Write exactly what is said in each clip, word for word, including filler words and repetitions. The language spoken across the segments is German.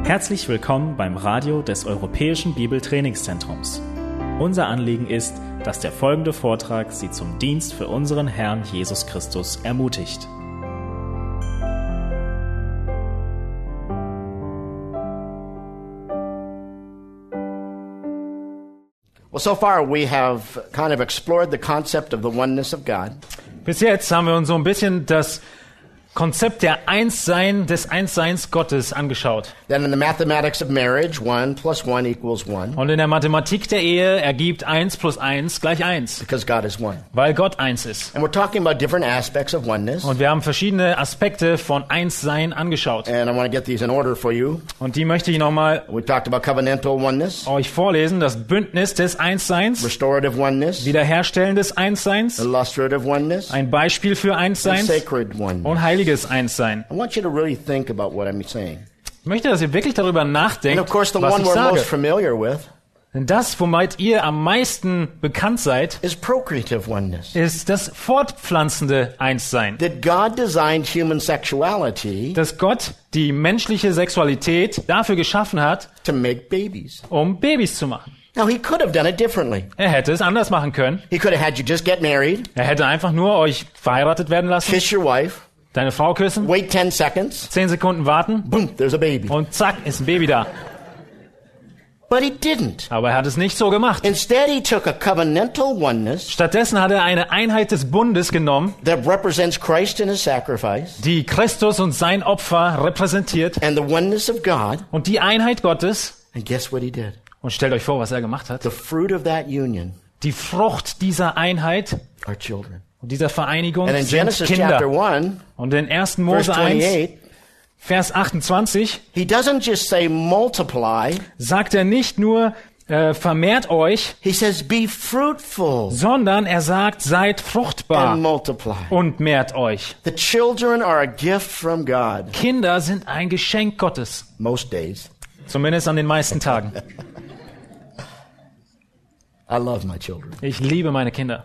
Herzlich willkommen beim Radio des Europäischen Bibeltrainingszentrums. Unser Anliegen ist, dass der folgende Vortrag Sie zum Dienst für unseren Herrn Jesus Christus ermutigt. Well, so far we have kind of explored the concept of the oneness of God. Bis jetzt haben wir uns so ein bisschen das Konzept der Einssein, des Einsseins Gottes angeschaut. Then in the mathematics of marriage, one plus one equals one. Und in der Mathematik der Ehe ergibt eins plus eins gleich eins. Because God is one. Weil Gott eins ist. And we're talking about different aspects of oneness. Und wir haben verschiedene Aspekte von Einssein angeschaut. And I want to get these in order for you. Und die möchte ich nochmal We talked about covenantal oneness. euch vorlesen. Das Bündnis des Einsseins. Restorative oneness. Wiederherstellen des Einsseins. Illustrative oneness. Ein Beispiel für Einssein. And sacred oneness. Und heiliges Einssein. I want you to really think about what I'm saying. Ich möchte, dass ihr wirklich darüber nachdenkt, And of course the was one ich we're sage. most familiar with Denn das, womit ihr am meisten bekannt seid, is procreative oneness. ist das fortpflanzende Einssein. That God designed human sexuality Dass Gott die menschliche Sexualität dafür geschaffen hat, to make babies. um Babys zu machen. Now he could have done it differently. Er hätte es anders machen können. He could have had you just get married, Er hätte einfach nur euch verheiratet werden lassen, kiss your wife, deine Frau küssen, wait ten seconds, zehn Sekunden warten boom, there's a baby. und zack, ist ein Baby da. But he didn't. Aber er hat es nicht so gemacht. Instead, he took a covenantal oneness Stattdessen hat er eine Einheit des Bundes genommen, that represents Christ and his sacrifice, die Christus und sein Opfer repräsentiert, and the oneness of God. und die Einheit Gottes. And guess what he did? Und stellt euch vor, was er gemacht hat. The fruit of that union Die Frucht dieser Einheit are children. und dieser Vereinigung And in sind Genesis chapter Kinder. one, Und in ersten verse Mose eins, twenty-eight, Vers achtundzwanzig, he doesn't just say multiply, sagt er nicht nur, äh, vermehrt euch, he says be fruitful sondern er sagt, seid fruchtbar and multiply. und mehrt euch. The children are a gift from God. Kinder sind ein Geschenk Gottes. Most days. Zumindest an den meisten Tagen. I love my children. Ich liebe meine Kinder.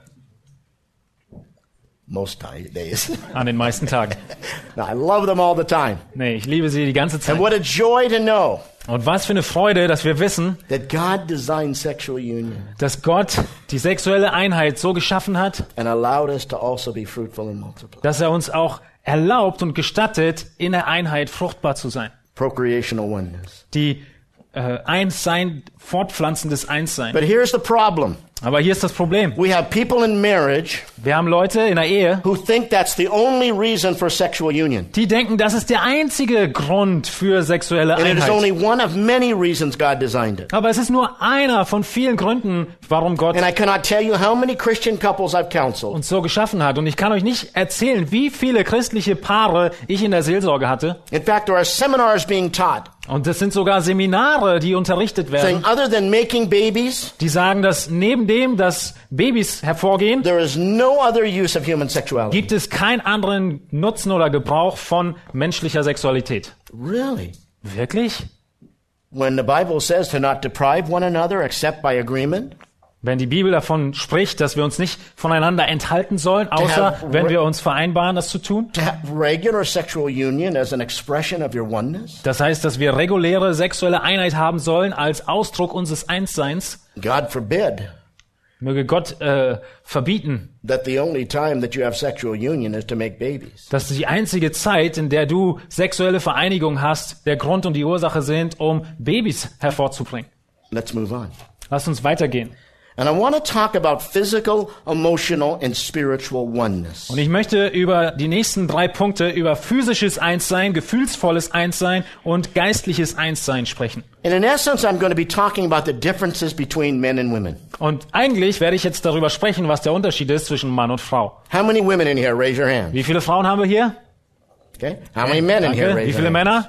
Most ti- days. An den meisten Tagen. No, I love them all the time. Nee, ich liebe sie die ganze Zeit. And what a joy to know Und was für eine Freude, dass wir wissen, that God designed sexual union dass Gott die sexuelle Einheit so geschaffen hat, and allowed us to also be fruitful and multiply. dass er uns auch erlaubt und gestattet, in der Einheit fruchtbar zu sein. Procreational oneness. Die äh, Einssein, fortpflanzendes Einssein. But here's the problem. Aber hier ist das Problem. We have people in marriage Wir haben Leute in der Ehe, who think that's the only reason for sexual union. die denken, das ist der einzige Grund für sexuelle And it is only Einheit. one of many reasons God designed it. Aber es ist nur einer von vielen Gründen, warum Gott And I cannot tell you how many Christian couples I've counseled uns so geschaffen hat. Und ich kann euch nicht erzählen, wie viele christliche Paare ich in der Seelsorge hatte. In fact, there are seminars being taught Und es sind sogar Seminare, die unterrichtet saying werden, other than making babies, die sagen, dass neben dem, dass Babys hervorgehen, there is no other use of human sexuality. gibt es keinen anderen Nutzen oder Gebrauch von menschlicher Sexualität. Really? Wirklich? When the Bible says to not deprive one another except by agreement, Wenn die Bibel davon spricht, dass wir uns nicht voneinander enthalten sollen, außer have wenn re- wir uns vereinbaren, das zu tun. to have regular sexual union as an expression of your oneness, Das heißt, dass wir reguläre sexuelle Einheit haben sollen als Ausdruck unseres Einsseins. God forbid Möge Gott äh, verbieten, that the only time that you have sexual union is to make babies. dass die einzige Zeit, in der du sexuelle Vereinigung hast, der Grund und die Ursache sind, um Babys hervorzubringen. Let's move on. Lass uns weitergehen. And I want to talk about physical, emotional, and spiritual oneness. Und ich möchte über die nächsten drei Punkte über physisches Einssein, gefühlsvolles Einssein und geistliches Einssein sprechen. And in essence, I'm going to be talking about the differences between men and women. Und eigentlich werde ich jetzt darüber sprechen, was der Unterschied ist zwischen Mann und Frau. How many women in here? Raise your hand. Wie viele Frauen haben wir hier? Okay. How many men in here? Danke. Raise Wie your viele hand. Männer?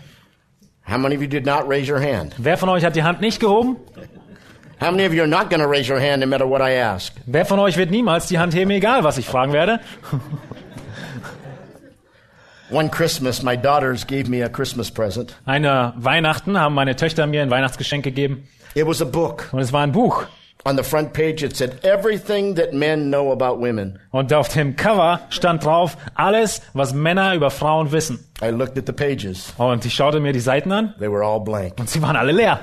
How many of you did not raise your hand? Wer von euch hat die Hand nicht gehoben? How many of you are not going to raise your hand no matter what I ask? Wer von euch wird niemals die Hand heben, egal was ich fragen werde? One Christmas, my daughters gave me a Christmas present. Eine Weihnachten haben meine Töchter mir ein Weihnachtsgeschenk gegeben. It was a book. Und es war ein Buch. On the front page it said, everything that men know about women. Und auf dem Cover stand drauf, alles, was Männer über Frauen wissen. I looked at the pages. Und ich schaute mir die Seiten an They were all blank. und sie waren alle leer.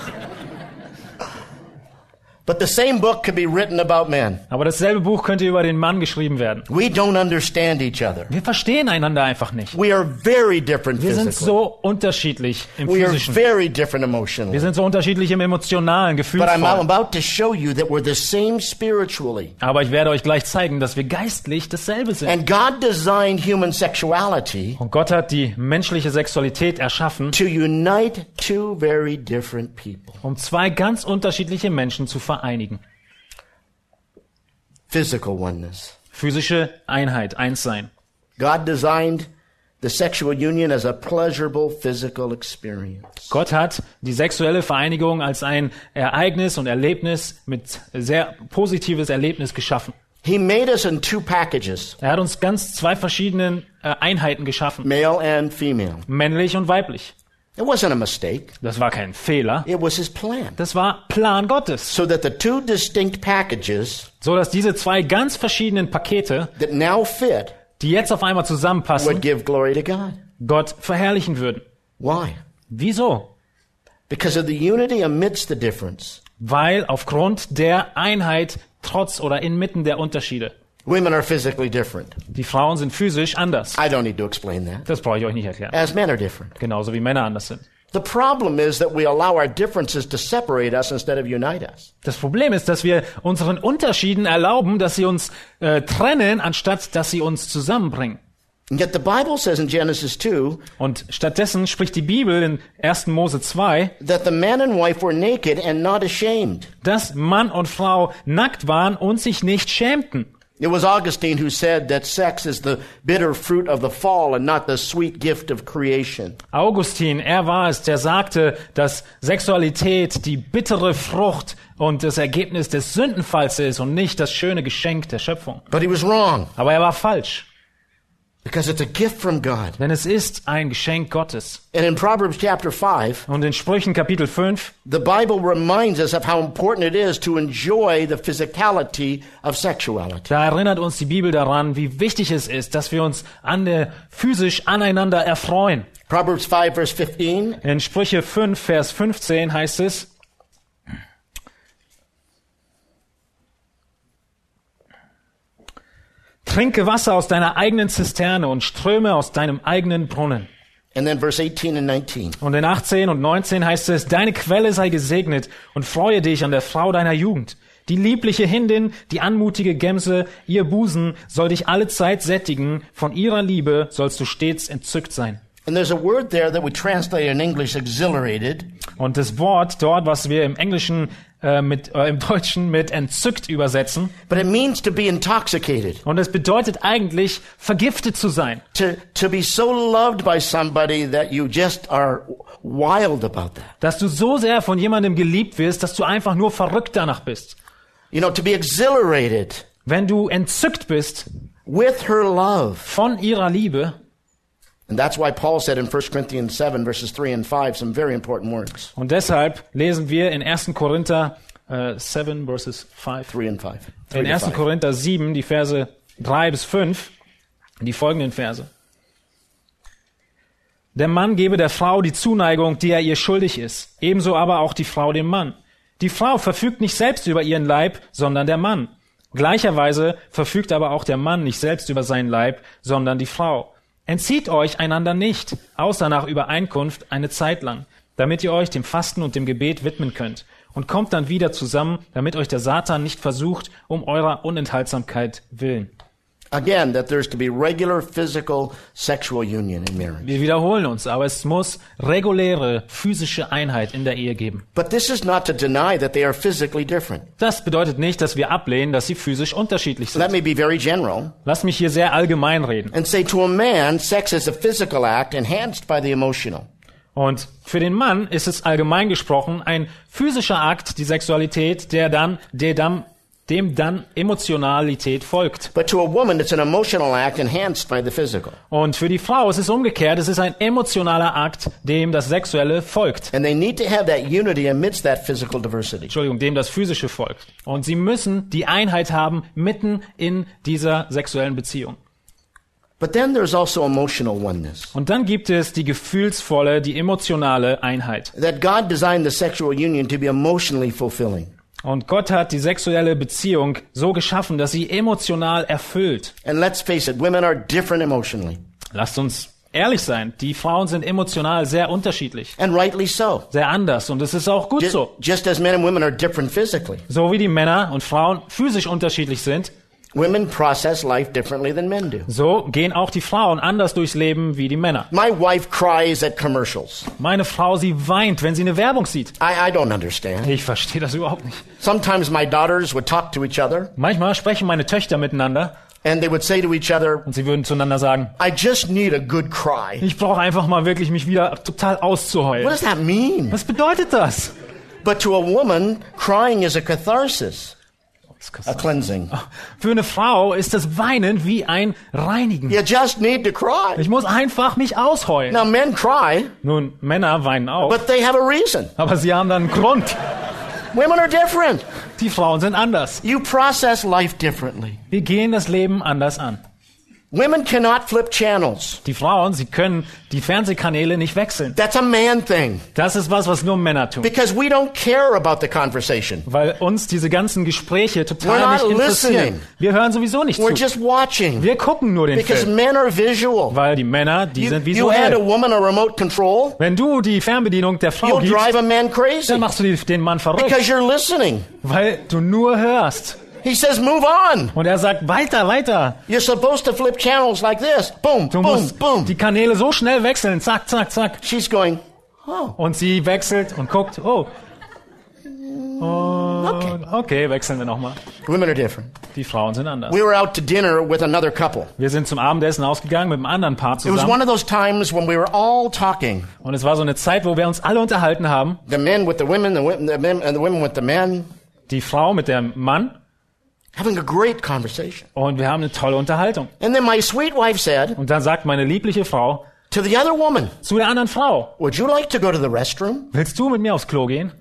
But the same book could be written about men. Aber dasselbe Buch könnte über den Mann geschrieben werden. We don't understand each other. Wir verstehen einander einfach nicht. We are very different Wir sind physically. so unterschiedlich im We are Physischen. very different Wir emotionally. sind so unterschiedlich im Emotionalen, But I'm Gefühlsvollen. about to show you that we're the same spiritually. Aber ich werde euch gleich zeigen, dass wir geistlich dasselbe sind. And God designed human sexuality Und Gott hat die menschliche Sexualität erschaffen, to unite two very different people. um zwei ganz unterschiedliche Menschen zu vereinigen. Physical oneness. Physische Einheit, Einssein. God designed the sexual union as a pleasurable physical experience. Gott hat die sexuelle Vereinigung als ein Ereignis und Erlebnis mit sehr positives Erlebnis geschaffen. He made us in two packages, Er hat uns ganz zwei verschiedenen äh, Einheiten geschaffen, male and female. männlich und weiblich. It wasn't a mistake. Das war kein Fehler, It was his plan. das war Plan Gottes, So that the two distinct packages so dass diese zwei ganz verschiedenen Pakete, that now fit die jetzt auf einmal would zusammenpassen, give glory to God. Gott verherrlichen würden. Why? Wieso? Because of the unity amidst the difference. Weil aufgrund der Einheit trotz oder inmitten der Unterschiede. Women are physically different. Die Frauen sind physisch anders. I don't need to explain that. Das brauche ich euch nicht erklären. As men are different. Genauso wie Männer anders sind. The problem is that we allow our differences to separate us instead of unite us. Das Problem ist, dass wir unseren Unterschieden erlauben, dass sie uns äh, trennen, anstatt dass sie uns zusammenbringen. And yet the Bible says in Genesis two Und stattdessen spricht die Bibel in ersten Mose zwei, that the man and wife were naked and not ashamed. dass Mann und Frau nackt waren und sich nicht schämten. It was Augustine who said that sex is the bitter fruit of the fall and not the sweet gift of creation. Augustin, er war es, der sagte, dass Sexualität die bittere Frucht und das Ergebnis des Sündenfalls ist und nicht das schöne Geschenk der Schöpfung. But he was wrong Aber er war falsch, because it's a gift from God. denn es ist ein Geschenk Gottes. And in Proverbs chapter five, Und in Sprüchen Kapitel fünf, the Bible reminds us of how important it is to enjoy the physicality of sexuality. da erinnert uns die Bibel daran, wie wichtig es ist, dass wir uns an der, physisch aneinander erfreuen. Proverbs five verse fifteen, In Sprüche fünf, Vers fünfzehn heißt es, trinke Wasser aus deiner eigenen Zisterne und Ströme aus deinem eigenen Brunnen. and then verse eighteen and nineteen. Und in achtzehn und neunzehn heißt es, deine Quelle sei gesegnet und freue dich an der Frau deiner Jugend. Die liebliche Hindin, die anmutige Gemse, ihr Busen soll dich alle Zeit sättigen, von ihrer Liebe sollst du stets entzückt sein. And there's a word there that we translate in English exhilarated, Und das Wort dort, was wir im Englischen äh, mit äh, im Deutschen mit entzückt übersetzen, but it means to be intoxicated, und es bedeutet eigentlich vergiftet zu sein, to, to be so loved by somebody that you just are wild about that. dass du so sehr von jemandem geliebt wirst, dass du einfach nur verrückt danach bist. You know, to be exhilarated Wenn du entzückt bist with her love. von ihrer Liebe. And that's why Paul said in First Corinthians seven verses three and five some very important words. Und deshalb lesen wir in ersten Korinther äh, sieben verses fünf. three and five. Three In to ersten five. Korinther sieben, die Verse drei bis fünf, die folgenden Verse. Der Mann gebe der Frau die Zuneigung, die er ihr schuldig ist, ebenso aber auch die Frau dem Mann. Die Frau verfügt nicht selbst über ihren Leib, sondern der Mann. Gleicherweise verfügt aber auch der Mann nicht selbst über seinen Leib, sondern die Frau. Entzieht euch einander nicht, außer nach Übereinkunft eine Zeit lang, damit ihr euch dem Fasten und dem Gebet widmen könnt, und kommt dann wieder zusammen, damit euch der Satan nicht versucht, um eurer Unenthaltsamkeit willen. Again, that there's to be regular physical sexual union in marriage. Wir wiederholen uns, aber es muss reguläre physische Einheit in der Ehe geben. But this is not to deny that they are physically different. Das bedeutet nicht, dass wir ablehnen, dass sie physisch unterschiedlich Let sind. me be very general Lass mich hier sehr allgemein reden. and say to a man, sex is a physical act enhanced by the emotional. Und für den Mann ist es allgemein gesprochen ein physischer Akt, die Sexualität, der dann, der dann dem dann Emotionalität folgt. But to a woman, it's an emotional act enhanced by the physical. Und für die Frau ist es umgekehrt, es ist ein emotionaler Akt, dem das Sexuelle folgt. And they need to have that unity amidst that physical diversity. Entschuldigung, dem das Physische folgt. Und sie müssen die Einheit haben mitten in dieser sexuellen Beziehung. But then there's also emotional oneness. Und dann gibt es die gefühlsvolle, die emotionale Einheit. That God designed the sexual union to be emotionally fulfilling. Und Gott hat die sexuelle Beziehung so geschaffen, dass sie emotional erfüllt. And let's face it, women are different emotionally. Lasst uns ehrlich sein, die Frauen sind emotional sehr unterschiedlich, And rightly so. sehr anders und es ist auch gut Just, so. just as men and women are different physically. So wie die Männer und Frauen physisch unterschiedlich sind, Women process life differently than men do. so gehen auch die Frauen anders durchs Leben wie die Männer. My wife cries at commercials. Meine Frau, sie weint, wenn sie eine Werbung sieht. I, I don't understand. Ich verstehe das überhaupt nicht. Sometimes my daughters would talk to each other Manchmal sprechen meine Töchter miteinander and they would say to each other, und sie würden zueinander sagen, I just need a good cry. ich brauche einfach mal wirklich mich wieder total What auszuheulen. does that mean? Was bedeutet das? But to a woman, crying is a catharsis, a cleansing. Für eine Frau ist das Weinen wie ein Reinigen. You just need to cry. Ich muss einfach mich ausheulen. Now men cry, Nun, Männer weinen auch, but they have a reason. aber sie haben dann einen Grund. Women are different. Die Frauen sind anders. You process life differently. Wir gehen das Leben anders an. Women cannot flip channels. Die Frauen, sie können die Fernsehkanäle nicht wechseln. That's a man thing. Das ist was, was nur Männer tun. Because we don't care about the conversation. Weil uns diese ganzen Gespräche We're total not nicht interessieren. listening. Wir hören sowieso nicht We're zu. just watching. Wir gucken nur den Because Film. men are visual. Weil die Männer, die You, sind you hand a visuell. woman a remote control, Wenn du die Fernbedienung der Frau you'll gibst, drive a man crazy. dann machst du die- den Mann verrückt. Because you're listening. Weil du nur hörst. He says, move on. Und er sagt, weiter, weiter. You're supposed to flip channels like this. Boom, Du boom, musst boom. die Kanäle so schnell wechseln. Zack, zack, zack. She's going, oh, Und sie wechselt und guckt, oh. okay. Und okay, wechseln wir nochmal. Women are different. Die Frauen sind anders. We were out to dinner with another couple. Wir sind zum Abendessen ausgegangen mit einem anderen Paar It was zusammen. one of those times when we were all talking. Und es war so eine Zeit, wo wir uns alle unterhalten haben. The men with the women, the women, the men, and the women with the men. Die Frau mit dem Mann. Having a great conversation. Und wir haben eine tolle Unterhaltung. And then my sweet wife said Und dann sagt meine liebliche Frau to the other woman, zu der anderen Frau, would you like to go to the restroom? willst du mit mir aufs Klo gehen?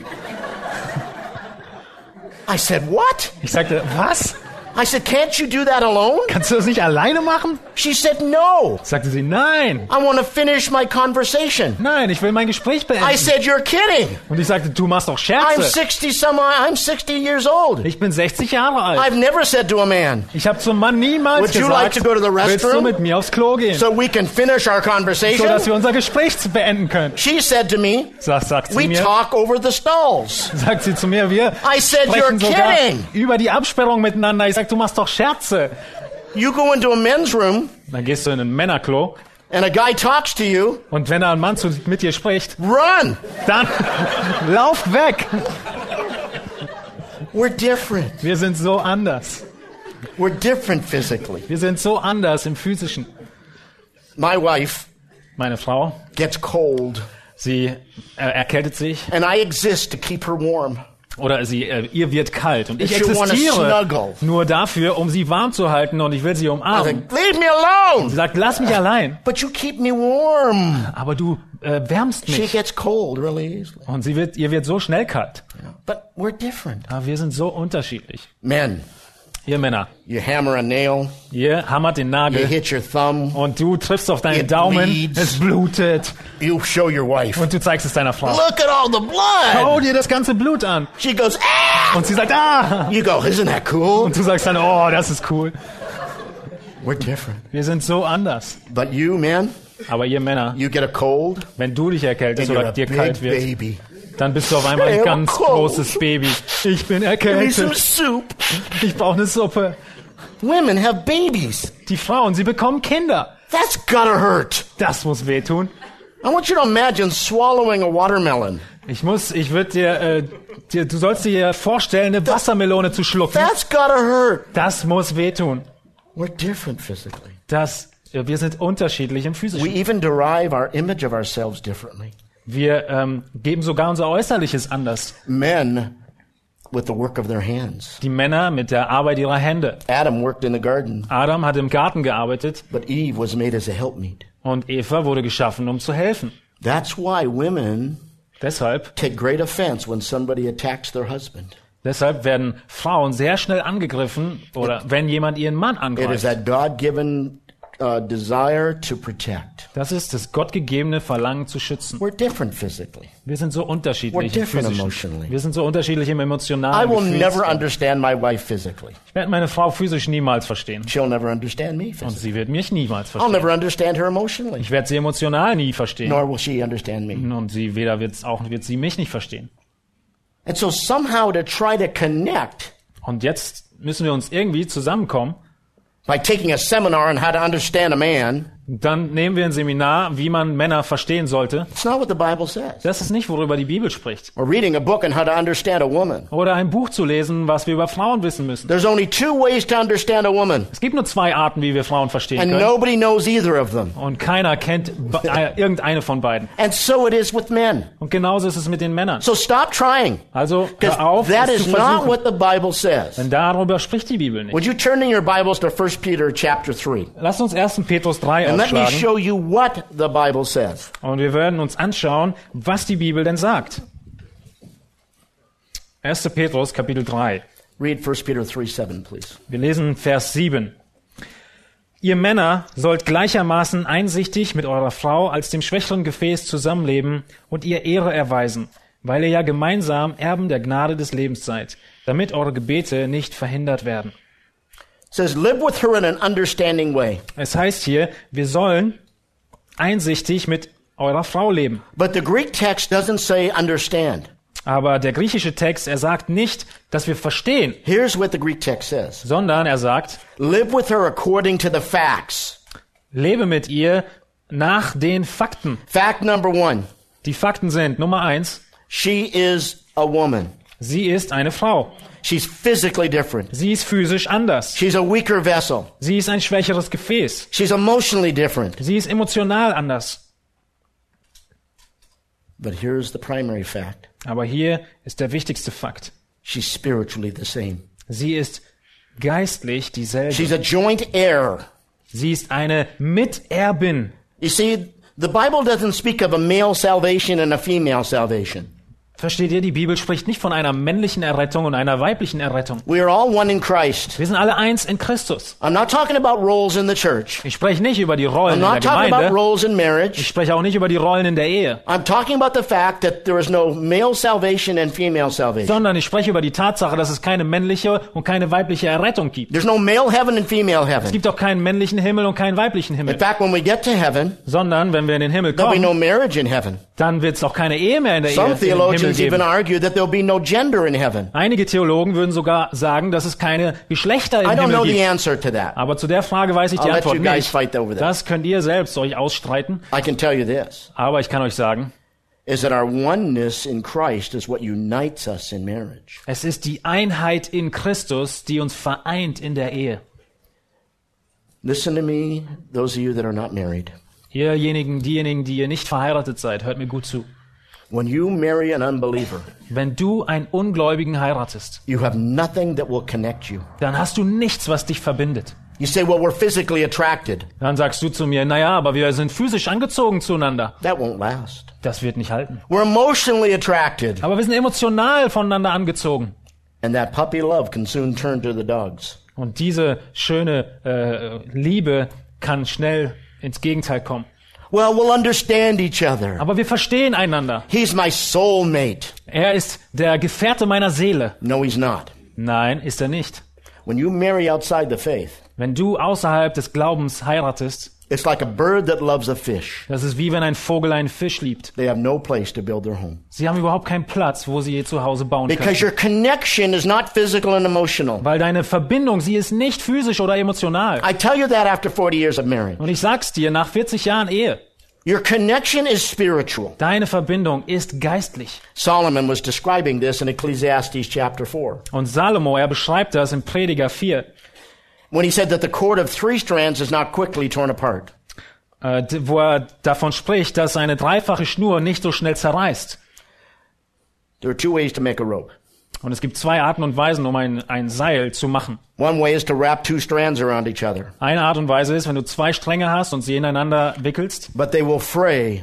I said, what? Ich sagte, was? I said, can't you do that alone? Kannst du das nicht alleine machen? She said, no. Sagte sie, nein, I want to finish my conversation. nein, ich will mein Gespräch beenden. I said, you're kidding. Und ich sagte, du machst doch I'm Scherze. sixty some, I'm sixty years old. Ich bin sechzig Jahre alt. I've never said to a man, Ich habe zum Mann niemals Would you like gesagt, to go to the willst du restroom? mit mir aufs Klo gehen, so we can finish our so conversation? dass wir unser Gespräch zu beenden können. She said to me, Sagt, sagt sie we mir, talk over the stalls. sagt sie zu mir, wir I said, sprechen you're sogar kidding. über die Absperrung miteinander. Ich sag, du machst doch Scherze. You go into a men's room Dann gehst du in ein Männerklo and a guy talks to you, und wenn da ein Mann zu, mit dir spricht, run. dann lauf weg. We're different. Wir sind so anders. We're different physically. Wir sind so anders im Physischen. My wife Meine Frau, gets cold sie äh, erkältet sich and I exist to keep her warm. oder sie, äh, ihr wird kalt und ich If you wanna existiere snuggle. nur dafür, um sie warm zu halten und ich will sie I umarmen. think, leave me alone. Sie sagt, lass mich allein, But you keep me warm. aber du äh, wärmst She mich. gets cold really easily. Und sie wird, ihr wird so schnell kalt. But we're different. Aber wir sind so unterschiedlich. Men, Ihr Männer, you hammer a nail, ihr hammert den you Nagel hit your thumb, und du triffst auf deinen It Daumen, bleeds. es blutet you show your wife. und du zeigst es deiner Frau. Look at all the Schau blood. dir das ganze Blut an. She goes, ah! Und sie sagt, ah! You go, isn't that cool? Und du sagst dann, oh, das ist cool. We're different. Wir sind so anders. But you, man, Aber ihr Männer, you get a cold wenn du dich erkältest and you're oder a dir big kalt wird, baby. dann bist du auf einmal Hey, ein I'm ganz cold. großes Baby. Ich bin Give me some erkältet. soup. Ich brauche eine Suppe. Women have babies. Die Frauen, sie bekommen Kinder. That's gotta hurt. Das muss wehtun. I want you to imagine swallowing a watermelon. Ich muss, ich würde dir, äh, dir, du sollst dir vorstellen, eine Wassermelone zu schlucken. That's gotta hurt. Das muss wehtun. We're different physically. Das, äh, wir sind unterschiedlich im We Physischen. even derive our image of ourselves differently. Wir ähm, geben sogar unser Äußerliches anders. Men with the work of their hands. Die Männer mit der Arbeit ihrer Hände. Adam worked in the garden, Adam hat im Garten gearbeitet but Eve was made as a helpmeet. und Eva wurde geschaffen, um zu helfen. That's why women Deshalb, take great offense when somebody attacks their husband. deshalb werden Frauen sehr schnell angegriffen oder wenn jemand ihren Mann It is angreift. that God-given uh, desire to protect. Das ist das gottgegebene Verlangen zu schützen. We're different physically. Wir sind so We're unterschiedlich. im different Physischen. emotionally. Wir sind so unterschiedlich im I emotionalen will never Gefühl. understand my wife physically. Ich werde meine Frau physisch niemals verstehen. She'll never understand me Und physically. sie wird mich niemals I'll verstehen. never understand her emotionally. Ich werde sie emotional nie verstehen. Nor will she understand me. Und sie weder wird auch wird sie mich nicht verstehen. And so somehow to try to connect Und jetzt müssen wir uns irgendwie zusammenkommen. by taking a seminar on how to understand a man, Dann nehmen wir ein Seminar, wie man Männer verstehen sollte. it's not what the Bible says. Das ist nicht, worüber die Bibel spricht. Or reading a book on how to understand a woman. Oder ein Buch zu lesen, was wir über Frauen wissen müssen. There's only two ways to understand a woman, Es gibt nur zwei Arten, wie wir Frauen verstehen and können. nobody knows either of them. Und keiner kennt be- äh, irgendeine von beiden. And so it is with men. Und genauso ist es mit den Männern. So stop trying, Also because hör auf, that es is zu not versuchen. what the Bible says. Denn darüber spricht die Bibel nicht. Would you turn in your Bibles to First Peter chapter three? Lasst uns ersten Petrus drei And let me aufschlagen. show you what the Bible says. Und wir werden uns anschauen, was die Bibel denn sagt. erster Petrus, Kapitel drei. Read First Peter three seven, please. Wir lesen Vers sieben. Ihr Männer sollt gleichermaßen einsichtig mit eurer Frau als dem schwächeren Gefäß zusammenleben und ihr Ehre erweisen, weil ihr ja gemeinsam Erben der Gnade des Lebens seid, damit eure Gebete nicht verhindert werden. It says, live with her in an understanding way. Es heißt hier, wir sollen einsichtig mit eurer Frau leben. But the Greek text doesn't say understand. Aber der griechische Text, er sagt nicht, dass wir verstehen, Here's what the Greek text says. sondern er sagt, Live with her according to the facts. lebe mit ihr nach den Fakten. Fact number one, Die Fakten sind, Nummer eins, she is a woman. sie ist eine Frau. She's physically different. Sie ist physisch anders. She's a weaker vessel. Sie ist ein schwächeres Gefäß. She's emotionally different. Sie ist emotional anders. But here's the primary fact. Aber hier ist der wichtigste Fakt. She's spiritually the same. Sie ist geistlich dieselbe. She's a joint heir. Sie ist eine Miterbin. You see, the Bible doesn't speak of a male salvation and a female salvation. Versteht ihr, die Bibel spricht nicht von einer männlichen Errettung und einer weiblichen Errettung. We are all one in Christ. Wir sind alle eins in Christus. I'm not talking about roles in the church. Ich spreche nicht über die I'm Rollen in der not talking about Gemeinde. roles in Ich marriage. spreche auch nicht über die Rollen in der Ehe. I'm talking about the fact that there is no male salvation and female salvation. Sondern ich spreche über die Tatsache, dass es keine männliche und keine weibliche Errettung gibt. There's no male heaven and female Es heaven. gibt auch keinen männlichen Himmel und keinen weiblichen In Himmel. fact, when we get to heaven, Sondern, wenn wir in den Himmel there'll be kommen, no marriage in heaven. dann wird es auch keine Ehe mehr in der Ehe Some im Himmel theologians even geben. argue that there'll be no gender in heaven. Einige Theologen würden sogar sagen, dass es keine Geschlechter im I don't Himmel know the gibt. answer to that. Aber zu der Frage weiß ich die I'll let Antwort you guys nicht. fight over that. Das könnt ihr selbst euch ausstreiten. I can tell you this, Aber ich kann euch sagen, is that our oneness in Christ is what unites us in marriage. es ist die Einheit in Christus, die uns vereint in der Ehe. Listen to me, those of you that are not married. Ihrjenigen, diejenigen, die ihr nicht verheiratet seid, hört mir gut zu. When you marry an unbeliever, Wenn du einen Ungläubigen heiratest, you have nothing that will connect you. dann hast du nichts, was dich verbindet. You say, well, we're physically attracted. Dann sagst du zu mir, naja, aber wir sind physisch angezogen zueinander. That won't last. Das wird nicht halten. We're emotionally attracted. Aber wir sind emotional voneinander angezogen. And that puppy love can soon turn to the dogs. Und diese schöne äh, Liebe kann schnell ins Gegenteil kommen. Well, we'll understand each other. Aber wir verstehen einander. He's my soulmate. Er ist der Gefährte meiner Seele. No, he's not. Nein, ist er nicht. When you marry outside the faith, Wenn du außerhalb des Glaubens heiratest, it's like a bird that loves a fish. das ist wie wenn ein Vogel einen Fisch liebt. They have no place to build their home. Sie haben überhaupt keinen Platz, wo sie ihr Zuhause bauen Because können. your connection is not physical and emotional. Weil deine Verbindung, sie ist nicht physisch oder emotional. I tell you that after forty years of marriage. Und ich sag's dir, nach vierzig Jahren Ehe, Your connection is spiritual. deine Verbindung ist geistlich. Solomon was describing this in Ecclesiastes chapter four. Und Salomo, er beschreibt das in Prediger vier, When he said that the cord of three strands is not quickly torn apart. äh, d- wo er davon spricht, dass eine dreifache Schnur nicht so schnell zerreißt. There are two ways to make a rope. Und es gibt zwei Arten und Weisen, um ein, ein Seil zu machen. One way is to wrap two strands around each other. Eine Art und Weise ist, wenn du zwei Stränge hast und sie ineinander wickelst. But they will fray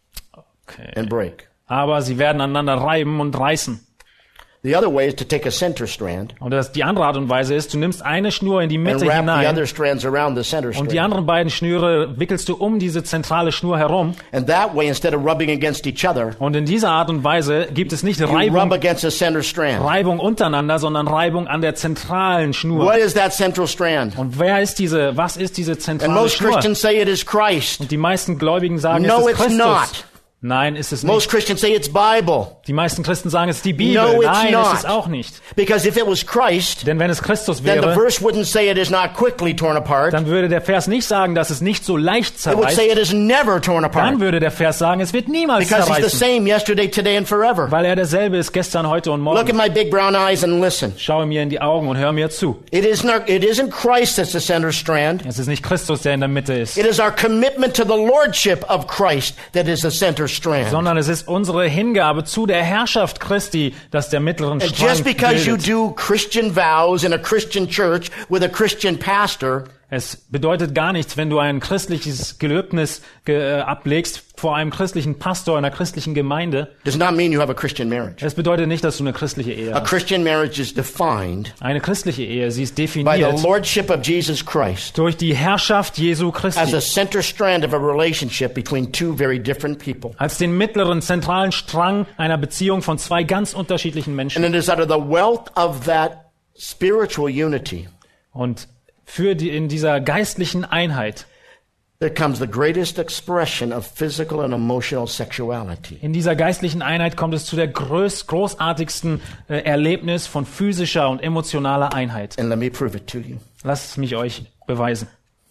Okay. and break. Aber sie werden aneinander reiben und reißen. The other way is to take a center strand Und das, die andere Art und Weise ist, du nimmst eine Schnur in die and Mitte wrap the hinein other strands around the center und die strand. anderen beiden Schnüre wickelst du um diese zentrale Schnur herum. And that way, instead of rubbing against each other, Und in dieser Art und Weise gibt es nicht you rub Reibung, against the center strand. Reibung untereinander, sondern Reibung an der zentralen Schnur. What is that central strand? Und wer ist diese, was ist diese And zentrale most Schnur? Christians say it is Christ. Und die meisten Gläubigen sagen, No, es ist it's Christus. not. Nein, ist es Most nicht. Christians say it's Bible. Die meisten Christen sagen, es ist die Bibel. No, it's Nein, not. ist es auch nicht. Because if it was Christ, Denn wenn es Christus then the wäre, verse wouldn't say it is not quickly torn apart. dann würde der Vers nicht sagen, dass es nicht so leicht It would say zerreißt. it is never torn apart. Dann würde der Vers sagen, es wird niemals Because he's the zerreißen. same yesterday, today, and forever. Weil er derselbe ist gestern, heute und Look at morgen. my big brown eyes and listen. Schaue mir in die Augen und hör mir zu. It is not, it isn't Christ that's the center strand. Es ist nicht Christus, der in der Mitte ist, It is our commitment to the lordship of Christ that is the center strand. sondern es ist unsere Hingabe zu der Herrschaft Christi, das der mittleren And Strang just because you bildet. do Christian vows in a Christian church with a Christian pastor, Es bedeutet gar nichts, wenn du ein christliches Gelöbnis ge äh, ablegst vor einem christlichen Pastor in einer christlichen Gemeinde. does not mean you have a Christian marriage. Es bedeutet nicht, dass du eine christliche Ehe A hast. Christian marriage is defined Eine christliche Ehe, sie ist by the definiert lordship of Jesus Christ durch die Herrschaft Jesu as Christi a center strand of a relationship between two very different people. als den mittleren zentralen Strang einer Beziehung von zwei ganz unterschiedlichen Menschen. And it is out of the wealth of that spiritual unity Und für die in dieser geistlichen Einheit, that comes the greatest expression of physical and emotional sexuality. in dieser geistlichen Einheit kommt es zu der groß, großartigsten äh, Erlebnis von physischer und emotionaler Einheit. And let me prove it to you. Lasst es mich euch beweisen.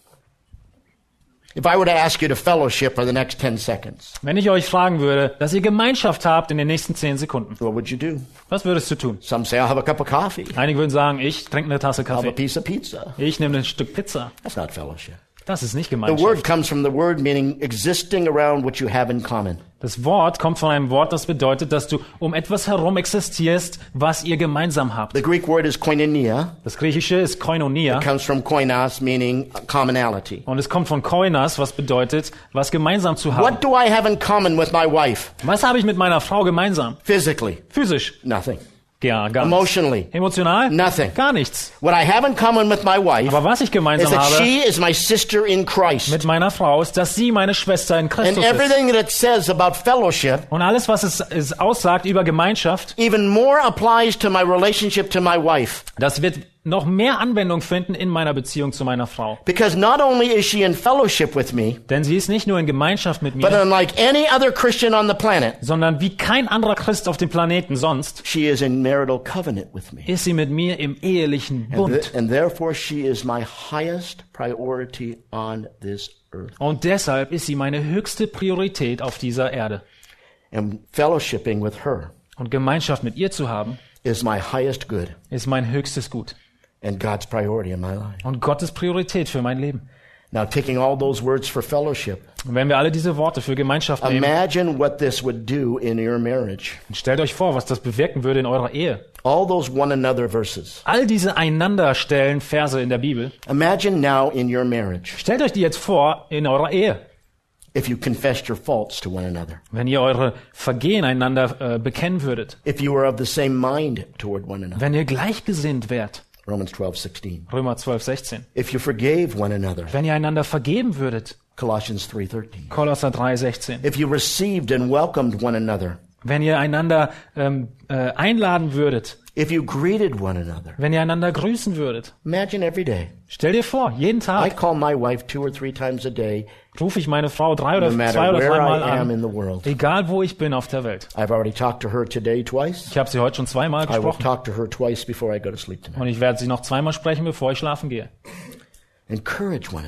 If I were to ask you to fellowship for the next ten seconds, Wenn ich euch fragen würde, dass ihr Gemeinschaft habt in den nächsten zehn Sekunden, what would you do? was würdest du tun? Some say, I'll have a cup of coffee. Einige würden sagen, ich trinke eine Tasse I'll have a Kaffee. piece of pizza. Ich nehme ein Stück Pizza. That's not fellowship. Das ist nicht The Gemeinschaft. word comes from the word meaning existing around what you have in common. Das Wort kommt von einem Wort, das bedeutet, dass du um etwas herum existierst, was ihr gemeinsam habt. The Greek word is koinonia. Das Griechische ist Koinonia It comes from koinos, meaning commonality. und es kommt von Koinas, was bedeutet, was gemeinsam zu haben. What do I have in common with my wife? Was habe ich mit meiner Frau gemeinsam? Physically, Physisch? nothing. Ja, gar nichts. Emotionally, Emotional? nothing. Gar nichts. What I have in common with my wife Aber was ich is gemeinsam that habe she is my sister in Christ. mit meiner Frau ist, dass sie meine Schwester in And Christus ist. everything that it says about fellowship Und alles, was es, es aussagt über Gemeinschaft, even more applies to my relationship to my wife. das wird noch mehr Anwendung finden in meiner Beziehung zu meiner Frau. Because not only is she in fellowship with me, Denn sie ist nicht nur in Gemeinschaft mit but mir, unlike any other Christian on the planet, sondern wie kein anderer Christ auf dem Planeten sonst, she is in marital covenant with me. ist sie mit mir im ehelichen And, Bund. th- and therefore she is my highest priority on this earth. Und deshalb ist sie meine höchste Priorität auf dieser Erde. And fellowshipping with her Und Gemeinschaft mit ihr zu haben, is my highest good ist mein höchstes Gut. and God's priority in my life. Und Gottes Priorität für mein Leben. Now, taking all those words for fellowship, Und wenn wir alle diese Worte für Gemeinschaft nehmen, imagine what this would do in your marriage. stellt euch vor, was das bewirken würde in eurer Ehe. All those one another verses. All diese Einanderstellen Verse in der Bibel, Imagine now in your marriage, stellt euch die jetzt vor in eurer Ehe. if you confessed your faults to one another, Wenn ihr eure Vergehen einander äh, bekennen würdet. if you were of the same mind toward one another. Wenn ihr gleichgesinnt wärt. Romans twelve sixteen. Römer zwölf, sechzehn. If you forgave one another. Wenn ihr einander vergeben würdet. Colossians three thirteen. Kolosser drei, sechzehn. If you received and welcomed one another. Wenn ihr einander ähm, äh, einladen würdet. If you greeted one another. Wenn ihr einander grüßen würdet. Imagine every day. Stell dir vor, jeden I Tag call my wife two or three times a day, rufe ich meine Frau drei oder no matter zwei oder where dreimal I am in an. the world. Egal wo ich bin auf der Welt. I've already talked to her today twice. Ich habe sie heute schon zweimal I will gesprochen. talk to her twice before I go to sleep tonight. Und ich werde sie noch zweimal sprechen, bevor ich schlafen gehe. Encourage one another.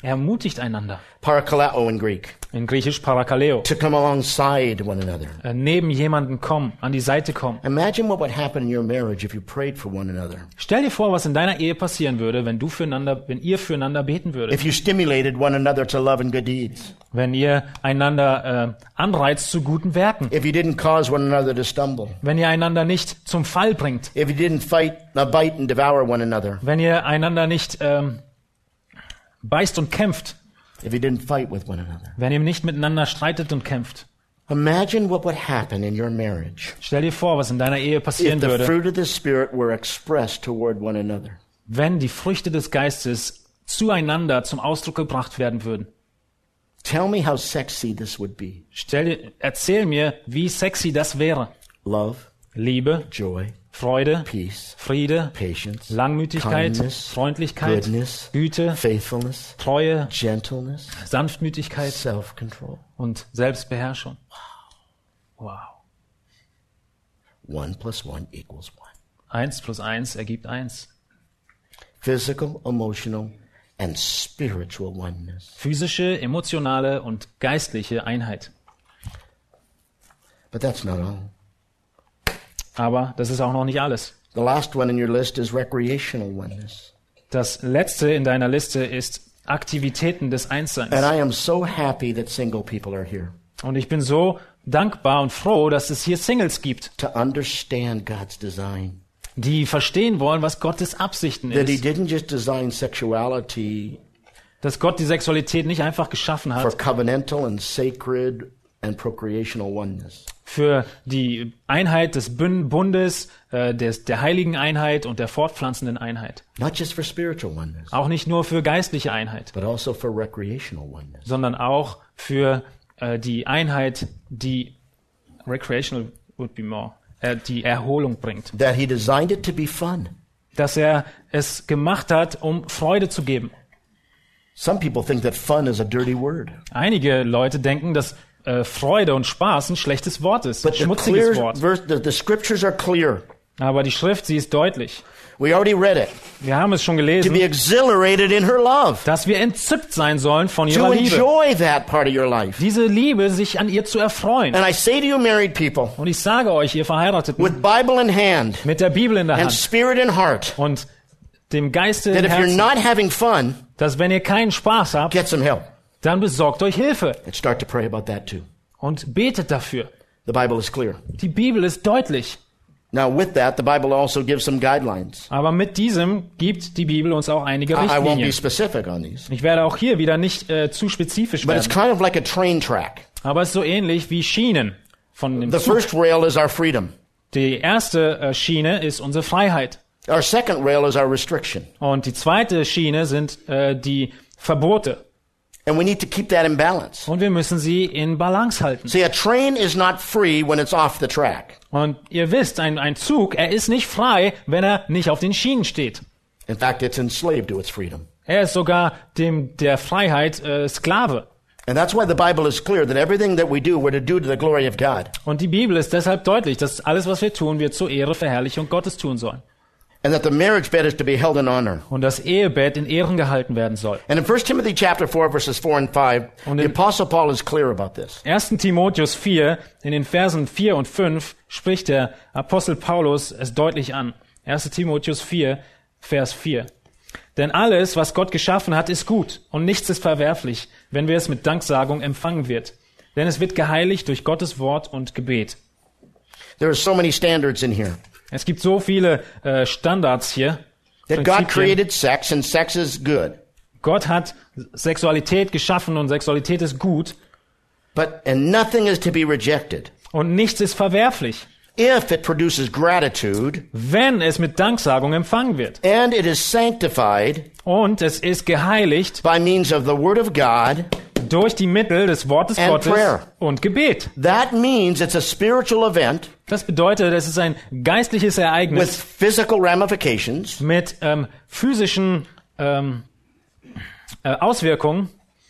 Er ermutigt einander. Parakaleo in Greek. In Griechisch Parakaleo. To come alongside one another. Äh, neben jemanden kommen, an die Seite kommen. Imagine what would happen in your marriage if you prayed for one another. Stell dir vor, was in deiner Ehe passieren würde, wenn du füreinander, wenn ihr füreinander beten würdet. If you stimulated one another to love and good deeds. Wenn ihr einander äh, anreizt zu guten Werken. If you didn't cause one another to stumble. Wenn ihr einander nicht zum Fall bringt. If you didn't fight, uh, bite and devour one another. Wenn ihr einander nicht ähm, beißt und kämpft. If you didn't fight with one another. Wenn ihr nicht miteinander streitet und kämpft. Imagine what would happen in your marriage. Stell dir vor, was in deiner Ehe passieren if the würde, fruit of the Spirit were expressed toward one another. wenn die Früchte des Geistes zueinander zum Ausdruck gebracht werden würden. Tell me how sexy this would be. Stell dir, erzähl mir, wie sexy das wäre. Love, Liebe, joy, Freude, peace, Friede, patience, Langmütigkeit, kindness, Freundlichkeit, goodness, Güte, faithfulness, Treue, gentleness, Sanftmütigkeit self-control. und Selbstbeherrschung. Wow. One plus one equals one. Eins plus eins ergibt eins. Physical, emotional, and spiritual oneness. Physische, emotionale und geistliche Einheit. But that's not all. Aber das ist auch noch nicht alles. The last one in your list is recreational oneness. Das letzte in deiner Liste ist Aktivitäten des Einsseins. And I am so happy that single people are here. Und ich bin so dankbar und froh, dass es hier Singles gibt, To understand God's design. die verstehen wollen, was Gottes Absichten That He ist. didn't just design sexuality Dass Gott die Sexualität nicht einfach geschaffen for hat covenantal and sacred and procreational oneness. für die Einheit des Bün- Bundes, äh, des, der heiligen Einheit und der fortpflanzenden Einheit. Not just for spiritual oneness, Auch nicht nur für geistliche Einheit, but also for recreational oneness. sondern auch für äh, die Einheit, die recreational would be more, äh, die Erholung bringt. That He designed it to be fun. Dass er es gemacht hat, um Freude zu geben. Some people think that fun is a dirty word. Einige Leute denken, dass äh, Freude und Spaß ein schlechtes Wort ist, ein But the, schmutziges clear Wort. verse, the, the scriptures are clear. Aber die Schrift, sie ist deutlich. We already read it. Wir haben es schon To be gelesen, exhilarated in her love. dass wir entzückt sein sollen von To ihrer Liebe. enjoy that part of your life. Diese Liebe, sich an ihr zu erfreuen. And I say to you married people, Und ich sage euch, ihr Verheirateten, with Bible in hand mit der Bibel in der and Hand spirit in heart, und dem Geiste that im if you're Herzen, not having fun, dass wenn ihr keinen Spaß habt, get some help. dann besorgt euch Hilfe And start to pray about that too. und betet dafür. The Bible is clear. Die Bibel ist deutlich. Now with that, the Bible also gives some guidelines. Aber mit diesem gibt die Bibel uns auch einige I, I won't be Richtlinien. specific on these. Ich werde auch hier wieder nicht äh, zu spezifisch But it's werden. kind of like a train track. Aber es ist so ähnlich wie Schienen von dem The Zug. first rail is our freedom. Die erste äh, Schiene ist unsere Freiheit. Our second rail is our restriction. Und die zweite Schiene sind äh, die Verbote. And we need to keep that in balance. Und wir müssen sie in Balance halten. See, a train is not free when it's off the track. Und ihr wisst, ein, ein Zug, er ist nicht frei, wenn er nicht auf den Schienen steht. In fact, it's enslaved to its freedom. Er ist sogar dem der Freiheit äh, Sklave. And that's why the Bible is clear that everything that we do, we're to do to the glory of God. Und die Bibel ist deshalb deutlich, dass alles, was wir tun, wir zur Ehre, Verherrlichung Gottes tun sollen. And that the marriage bed is to be held in honor. Und das Ehebett in Ehren gehalten werden soll. And in First Timothy chapter four, verses four and five, Und the in- Apostle Paul is clear about this. ersten Timotheus vier, in den Versen vier und fünf, spricht der Apostel Paulus es deutlich an. ersten Timotheus vier, Vers vier. Denn alles, was Gott geschaffen hat, ist gut und nichts ist verwerflich, wenn wir es mit Danksagung empfangen wird. Denn es wird geheiligt durch Gottes Wort und Gebet. There are so many standards in here. Es gibt so viele äh, Standards hier. That God Prinzipien. created sex and sex is good. Gott hat Sexualität geschaffen und Sexualität ist gut But, and nothing is to be rejected. und nichts ist verwerflich, If it produces gratitude wenn es mit Danksagung empfangen wird. and it is sanctified Und es ist geheiligt by means of the Word of God, durch die Mittel des Wortes And Gottes prayer. und Gebet. that means it's a spiritual event Das bedeutet, es ist ein geistliches with Ereignis physical ramifications. mit ähm, physischen ähm, äh, Auswirkungen.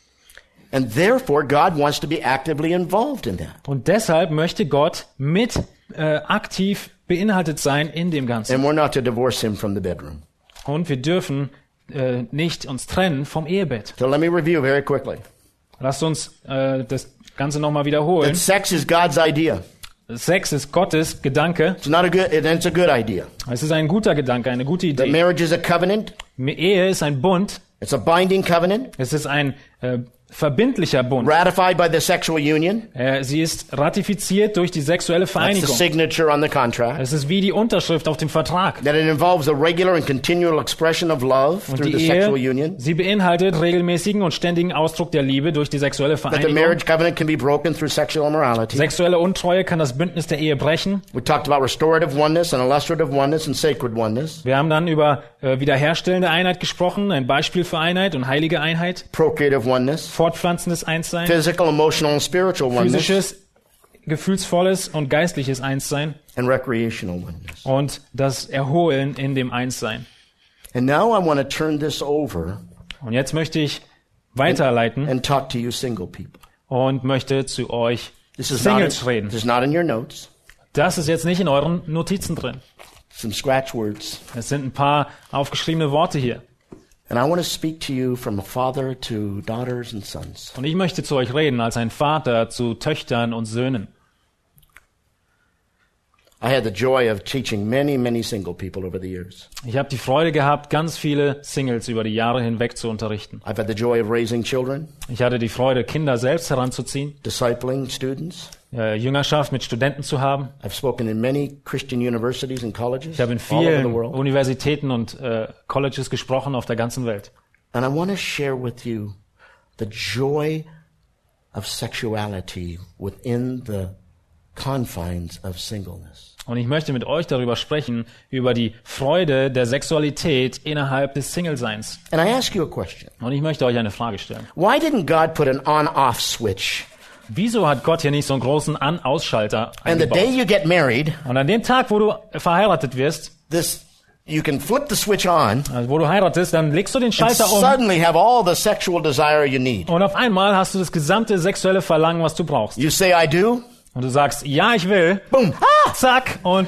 And therefore, God wants to be actively involved in that. Und deshalb möchte Gott mit äh, aktiv beinhaltet sein in dem Ganzen. And we're not to divorce him from the bedroom. Und wir dürfen äh, nicht uns trennen vom Ehebett. So let me review very quickly. Lasst uns äh, das Ganze nochmal wiederholen. That sex is God's idea. Sex ist Gottes Gedanke. It's not a good, it's a good idea. Es ist ein guter Gedanke, eine gute That Idee. marriage is a covenant. Ehe ist ein Bund. It's a binding covenant, Es ist ein äh, verbindlicher Bund. ratified by the sexual union. Äh, sie ist ratifiziert durch die sexuelle That's the Vereinigung. signature on the contract. Es ist wie die Unterschrift auf dem Vertrag. That it involves a regular and continual expression of love Und through die the sexual Ehe, union. sie beinhaltet regelmäßigen und ständigen Ausdruck der Liebe durch die sexuelle That the Vereinigung. marriage covenant can be broken through sexual immorality. Sexuelle Untreue kann das Bündnis der Ehe brechen. We talked about restorative oneness and illustrative oneness and sacred oneness. Wir haben dann über äh, wiederherstellende Einheit gesprochen, ein Beispiel für Einheit und heilige Einheit, Procreative oneness. fortpflanzendes Einssein, Physical, emotional, and spiritual oneness. physisches, gefühlsvolles und geistliches Einssein And recreational oneness. und das Erholen in dem Einssein. And now I want to turn this over Und jetzt möchte ich weiterleiten and talk to you single people. und möchte zu euch This is not in, Singles reden. this is not in your notes. Das ist jetzt nicht in euren Notizen drin. Some scratch words. Es sind ein paar aufgeschriebene Worte hier. And I want to speak to you from a father to daughters and sons. Und ich möchte zu euch reden als ein Vater zu Töchtern und Söhnen. I had the joy of teaching many, many single people over the years. Ich habe die Freude gehabt, ganz viele Singles über die Jahre hinweg zu unterrichten. I've had the joy of raising children, Ich hatte die Freude, Kinder selbst heranzuziehen, discipling students. äh, Jüngerschaft mit Studenten zu haben. I've spoken in many Christian universities and colleges Ich habe in all over the vielen world. Universitäten und äh, Colleges gesprochen auf der ganzen Welt. And I want to share with you the joy of sexuality within the confines of singleness. Und ich möchte mit euch darüber sprechen, über die Freude der Sexualität innerhalb des Single-Seins. And I ask you a question. Und ich möchte euch eine Frage stellen. Why didn't God put an on-off switch? Wieso hat Gott hier nicht so einen großen An-Ausschalter And the day eingebaut? you get married, Und an dem Tag, wo du verheiratet wirst, this you can flip the switch on also wo du heiratest, dann legst du den and Schalter um suddenly have all the sexual desire you need. und auf einmal hast du das gesamte sexuelle Verlangen, was du brauchst. You say, I do. Und du sagst, ja, ich will. Boom. Ah! Zack. Und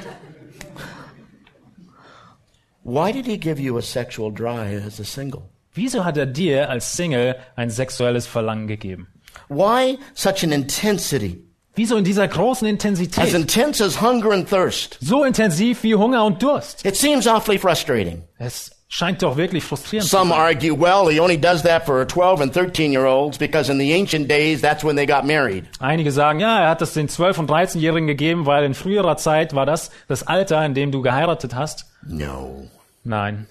Why did he give you a sexual drive as a single? wieso hat er dir als Single ein sexuelles Verlangen gegeben? Why such an intensity? Wieso in dieser großen As Intensität? intense as hunger and thirst. So intensiv wie Hunger und Durst. It seems awfully frustrating. Es scheint doch wirklich frustrierend zu Some sein. argue, well, he only does that for twelve and thirteen year olds because in the ancient days, that's when they got married. Einige sagen, ja, er hat das den zwölf- und dreizehnjährigen gegeben, weil in früherer Zeit war das das Alter, in dem du geheiratet hast. No. Nein.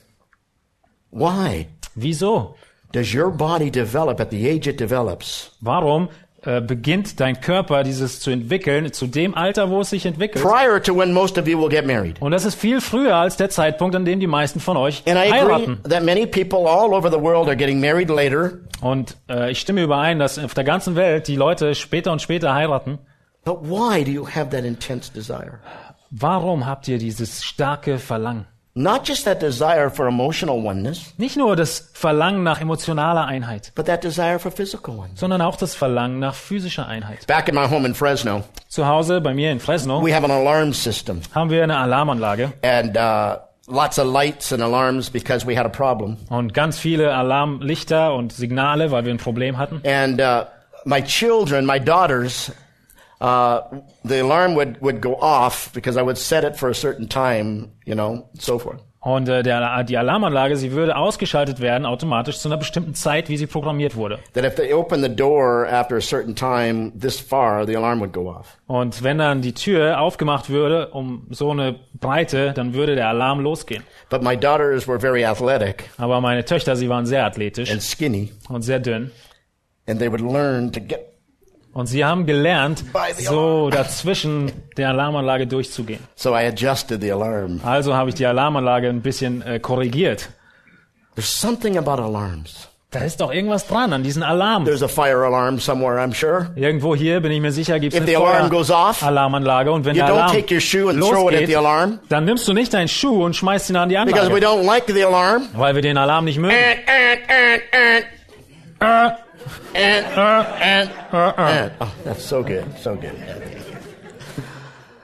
Why? Wieso? Does your body develop at the age it develops Warum äh, beginnt dein Körper dieses zu entwickeln zu dem Alter, wo es sich entwickelt? prior to when most of you will get married? Und das ist viel früher als der Zeitpunkt, an dem die meisten von euch And I agree heiraten. that many people all over the world are getting married later. Und äh, ich stimme überein, dass auf der ganzen Welt die Leute später und später heiraten. But why do you have that intense desire? Warum habt ihr dieses starke Verlangen? Not just that desire for emotional oneness, Nicht nur das Verlangen nach emotionaler Einheit, but that desire for physical oneness. sondern auch das Verlangen nach physischer Einheit. Back in my home in Fresno, Zu Hause bei mir in Fresno we have an alarm system haben wir eine Alarmanlage and uh, lots of lights and alarms because we had a problem. und ganz viele Alarmlichter und Signale, weil wir ein Problem hatten. And uh, my children, my daughters, uh, the alarm would, would go off because I would set it for a certain time, you know, so forth. Und äh, der, die Alarmanlage, sie würde ausgeschaltet werden automatisch zu einer bestimmten Zeit, wie sie programmiert wurde. That if they open the door after a certain time this far, the alarm would go off. Und wenn dann die Tür aufgemacht würde um so eine Breite, dann würde der Alarm losgehen. But my daughters were very athletic Aber meine Töchter, sie waren sehr athletisch and skinny, und sehr dünn. and they would learn to get Und sie haben gelernt, By the so dazwischen der Alarmanlage durchzugehen. So I adjusted the alarm. Also habe ich die Alarmanlage ein bisschen äh, korrigiert. There's something about alarms. Da ist doch irgendwas dran an diesen Alarm. There's a fire alarm somewhere, I'm sure. Irgendwo hier, bin ich mir sicher, gibt es If eine the alarm goes off, Alarmanlage. Und wenn you der don't Alarm take your shoe and throw it at the losgeht, alarm dann nimmst du nicht deinen Schuh und schmeißt ihn an die because we Anlage, don't like the alarm. weil wir den Alarm nicht mögen. And, and, and, and. And, and, and. Oh, that's so good, so good.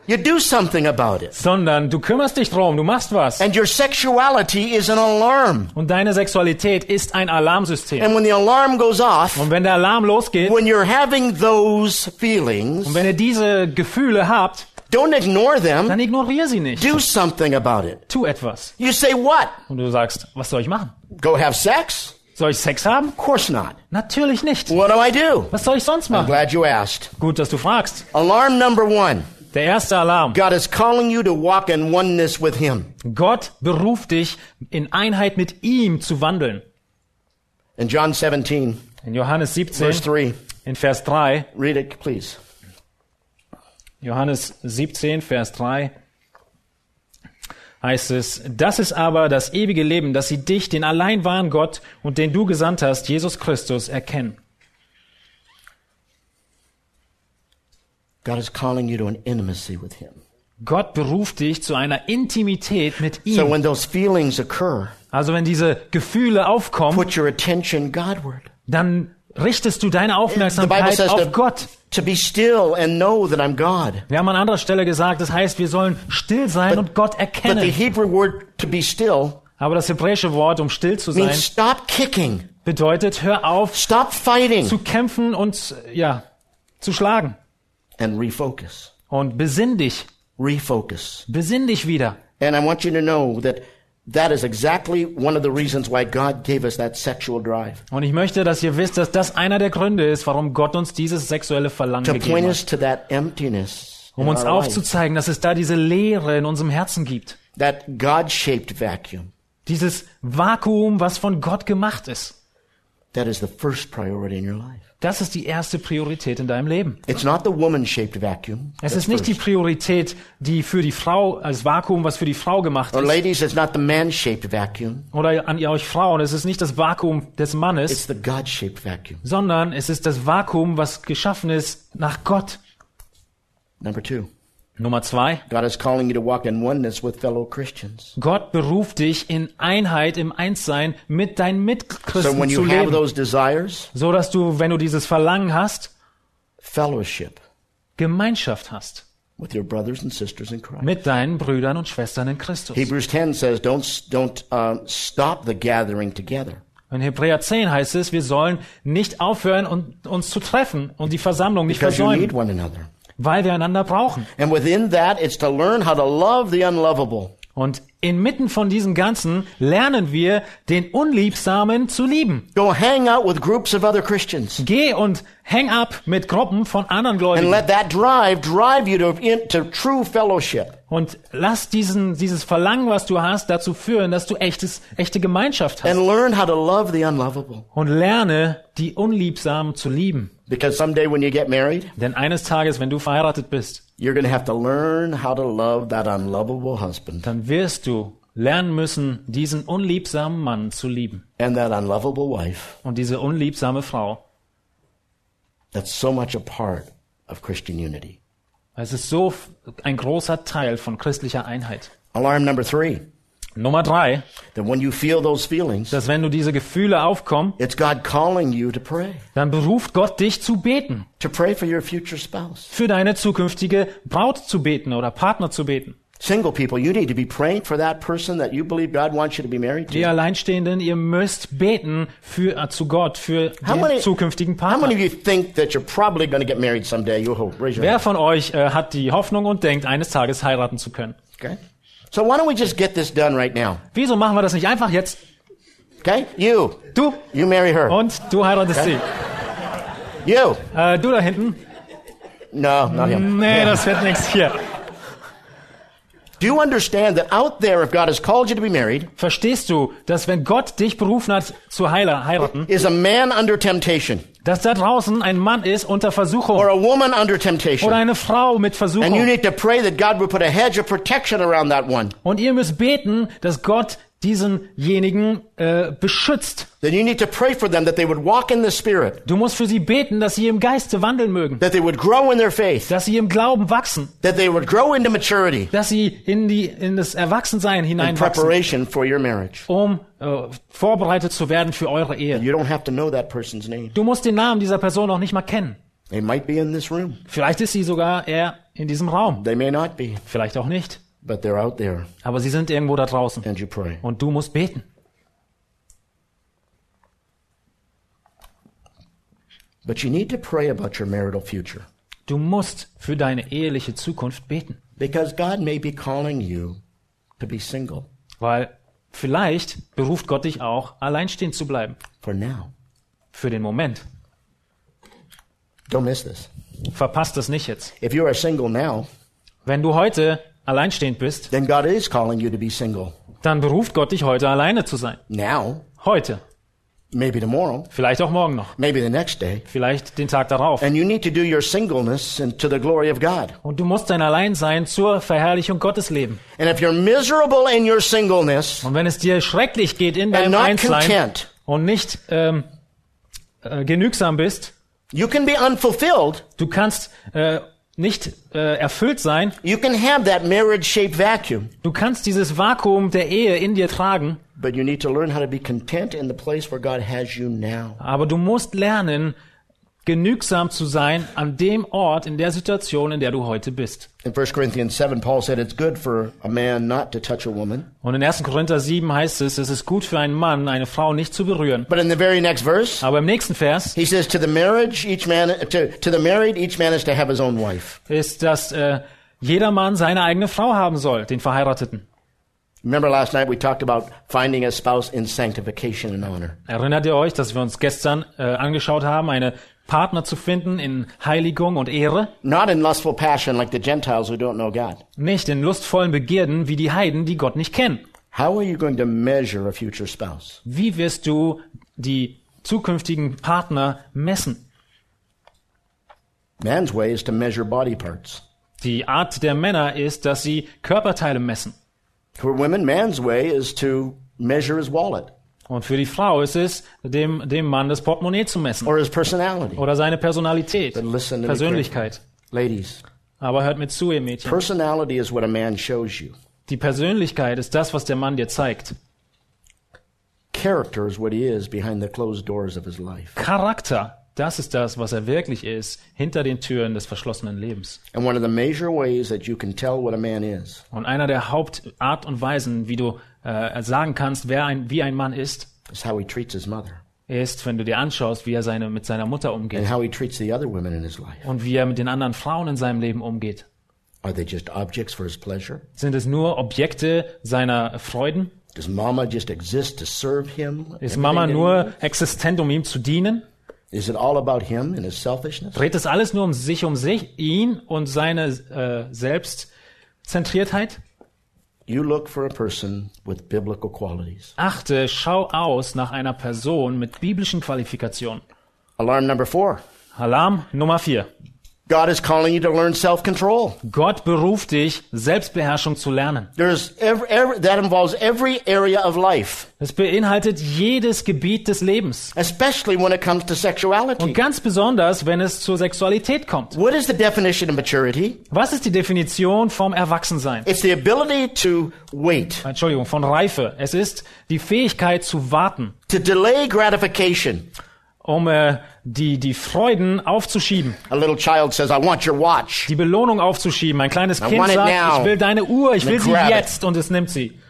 You do something about it. sondern du kümmerst dich drum, du machst was. And your sexuality is an alarm. Und deine Sexualität ist ein Alarmsystem. And when the alarm goes off, Und wenn der Alarm losgeht, when you're having those feelings, und wenn ihr diese Gefühle habt, don't ignore them. dann ignoriere sie nicht. Do something about it. Tu etwas. You say what? Und du sagst, was soll ich machen? Go have sex? Soll ich Sex haben? Of course not. Natürlich nicht. What do I do? Was soll ich sonst I'm machen? glad you asked. Gut, dass du fragst. Alarm number one. Der erste Alarm. God is calling you to walk in oneness with Him. Gott beruft dich, in Einheit mit ihm zu wandeln. In John seventeen, In Johannes siebzehn, verse three, in Vers drei, read it, please. Johannes siebzehn, Vers drei, heißt es, das ist aber das ewige Leben, dass sie dich, den allein wahren Gott und den du gesandt hast, Jesus Christus, erkennen. God is calling you to an intimacy with Him. Gott beruft dich zu einer Intimität mit So ihm. when those feelings occur, Also wenn diese Gefühle aufkommen, put your attention Godward. dann richtest du deine The Bible Aufmerksamkeit says auf to, Gott. to be still and know that I'm God. Wir haben an anderer Stelle gesagt, das heißt, wir sollen still sein und Gott But the erkennen. Hebrew word to be still Aber das hebräische Wort, um still zu sein, means stop kicking, bedeutet, hör auf stop fighting, zu kämpfen und, ja, zu schlagen. and refocus. Und besinn dich, Refocus. besinn dich wieder. And I want you to know that that is exactly one of the reasons why God gave us that sexual drive. Und ich möchte, dass ihr wisst, dass das einer der Gründe ist, warum Gott uns dieses sexuelle Verlangen To point gegeben us hat. to that emptiness Um in uns our life, aufzuzeigen, dass es da diese Leere in unserem Herzen gibt. that God-shaped vacuum. Dieses Vakuum, was von Gott gemacht ist. That is the first priority in your life. Das ist die erste Priorität in deinem Leben. It's not the woman-shaped vacuum. Es That's ist nicht die first. Priorität, die für die Frau, als Vakuum, was für die Frau gemacht Or ist. ladies, it's not the man-shaped vacuum. Oder an ihr euch Frauen, es ist nicht das Vakuum des It's Mannes, the God-shaped vacuum. sondern es ist das Vakuum, was geschaffen ist nach Gott. Number two, Nummer zwei. God is calling you to walk in oneness with fellow Christians. Gott beruft dich in Einheit, im Einssein mit deinen So Mitchristen when zu you have leben. those desires, So dass du, wenn du dieses Verlangen hast, fellowship Gemeinschaft hast with your brothers and sisters in Christ. mit deinen Brüdern und Schwestern in Christus. Hebrews ten says, don't, don't uh, stop the gathering together. In Hebräer zehn heißt es, wir sollen nicht aufhören, und uns zu treffen und die Versammlung nicht Because you need versäumen, one another. weil wir einander brauchen. And within that, it's to learn how to love the unlovable. Und inmitten von diesem Ganzen lernen wir, den Unliebsamen zu lieben. Go hang out with groups of other Christians. Geh und hang up mit Gruppen von anderen And Gläubigen. let that drive drive you to, in, to true fellowship. Und lass diesen, dieses Verlangen, was du hast, dazu führen, dass du echtes, echte Gemeinschaft hast. And learn how to love the unlovable. Und lerne, die Unliebsamen zu lieben. Because someday when you get married, Denn eines Tages, wenn du verheiratet bist, you're going to have to learn how to love that unlovable husband dann wirst du lernen müssen, diesen unliebsamen Mann zu lieben. and that unlovable wife. Und diese unliebsame Frau. That's so much a part of Christian unity. Es ist so ein großer Teil von christlicher Einheit. Alarm number three, Nummer drei, that when you feel those feelings, dass wenn du diese Gefühle aufkommen, it's God calling you to pray, dann beruft Gott dich zu beten. to pray for your future spouse. Für deine zukünftige Braut zu beten oder Partner zu beten. Single people, you need to be praying for that person that you believe God wants you to be married Die to. Alleinstehenden, ihr müsst beten für, äh, zu Gott, für How den many, zukünftigen how many Partner. of you think that you're probably going to get married someday? You hope. Raise your Wer hand. von euch äh, hat die Hoffnung und denkt, eines Tages heiraten zu können? Okay. So why don't we just get this done right now? Wieso machen wir das nicht einfach jetzt? Okay? You. Du You marry her. und du heiratest sie. You. Äh, du da hinten? No, not him. Nee, das wird nichts hier. Do you understand that out there, if God has called you to be married, Verstehst du, dass wenn Gott dich berufen hat zu heila- heiraten, is a man under temptation dass da draußen ein Mann ist unter Versuchung or a woman under temptation? oder eine Frau mit And you Versuchung? need to pray that God would put a hedge of protection around that one. Und ihr müsst beten, dass Gott diesenjenigen äh, beschützt. Then you need to pray for them that they would walk in the Spirit, Du musst für sie beten, dass sie im Geiste wandeln mögen, that they would grow in their faith, dass sie im Glauben wachsen, that they would grow into maturity dass sie in die in das Erwachsensein in hineinwachsen, preparation for your marriage. um äh, vorbereitet zu werden für eure Ehe. You don't have to know that person's name. Du musst den Namen dieser Person noch nicht mal kennen. They might be in this room. Vielleicht ist sie sogar er in diesem Raum. They may not be, Vielleicht auch nicht. but they're out there, Aber sie sind irgendwo da draußen. and you pray. Und du musst beten. But you need to pray about your marital future, Du musst für deine eheliche Zukunft beten. because God may be calling you to be single Weil vielleicht beruft Gott dich auch, alleinstehend zu bleiben. for now. Für den Moment. Don't miss this. Verpasst das nicht jetzt. If you are single now, Wenn du heute alleinstehend bist, then God is calling you to be single dann beruft Gott dich heute, alleine zu sein. now, Heute. maybe tomorrow, Vielleicht auch morgen noch. maybe the next day. Vielleicht den Tag darauf. And you need to do your singleness and to the glory of God. Und du musst dein Alleinsein zur Verherrlichung Gottes leben. And if you're miserable in your singleness Und wenn es dir schrecklich geht in and deinem not Einssein content, und nicht ähm, äh, genügsam bist, you can be unfulfilled. du kannst äh, nicht äh, erfüllt sein, You can have that marriage-shaped vacuum, du kannst dieses Vakuum der Ehe in dir tragen, but you need to learn how to be content in the place where God has you now. aber du musst lernen, genügsam zu sein an dem Ort, in der Situation, in der du heute bist. In First Corinthians seven, Paul said it's good for a man not to touch a woman. Und in ersten Korinther sieben heißt es, es ist gut für einen Mann, eine Frau nicht zu berühren. But in the very next verse, Aber im nächsten Vers he says, to the marriage, each man, to, to the married, each man is to have his own wife. ist, dass äh, jeder Mann seine eigene Frau haben soll, den Verheirateten. Remember last night we talked about finding a spouse in sanctification and honor. Erinnert ihr euch, dass wir uns gestern äh, angeschaut haben, eine Partner zu finden in Heiligung und Ehre? Not in lustful passion like the Gentiles who don't know God. Nicht in lustvollen Begierden wie die Heiden, die Gott nicht kennen. How are you going to measure a future spouse? Wie wirst du die zukünftigen Partner messen? Man's way is to measure body parts. Die Art der Männer ist, dass sie Körperteile messen. For women, man's way is to measure his wallet Und für die Frau ist es, dem, dem Mann das Portemonnaie zu messen. or his personality. Oder seine Personalität, But listen to me Persönlichkeit. Ladies, Aber hört mir zu, ihr Mädchen. personality is what a man shows you. Die Persönlichkeit ist das, was der Mann dir zeigt. Character is what he is behind the closed doors of his life. Charakter, das ist das, was er wirklich ist, hinter den Türen des verschlossenen Lebens. And one of the major ways that you can tell what a man is Und einer der Hauptart und Weisen, wie du äh, sagen kannst, wer ein, wie ein Mann ist, is how he treats his mother ist, wenn du dir anschaust, wie er seine, mit seiner Mutter and umgeht how he treats the other women in his life. und wie er mit den anderen Frauen in seinem Leben umgeht. Are they just objects for his pleasure? Sind es nur Objekte seiner Freuden? Does mama just exist to serve him? Ist Everything Mama that he nur does? existent, um ihm zu dienen? Is it all about him and his selfishness? Dreht es alles nur um sich, um sich, ihn und seine äh, Selbstzentriertheit? You look for a person with biblical qualities. Achte, schau aus nach einer Person mit biblischen Qualifikationen. Alarm number four. Alarm Nummer vier. God is calling you to learn self-control. Gott beruft dich, Selbstbeherrschung zu lernen. There's every, every, that involves every area of life, Es beinhaltet jedes Gebiet des Lebens. especially when it comes to sexuality. Und ganz besonders, wenn es zur Sexualität kommt. What is the definition of maturity? Was ist die Definition vom Erwachsensein? It's the ability to wait, Entschuldigung, von Reife. Es ist die Fähigkeit zu warten, to delay gratification. um äh, die, die Freuden aufzuschieben, A little child says, I want your watch. die Belohnung aufzuschieben. Ein kleines I Kind want it sagt, now. ich will deine Uhr, ich And will then sie grab it. jetzt, und es nimmt sie.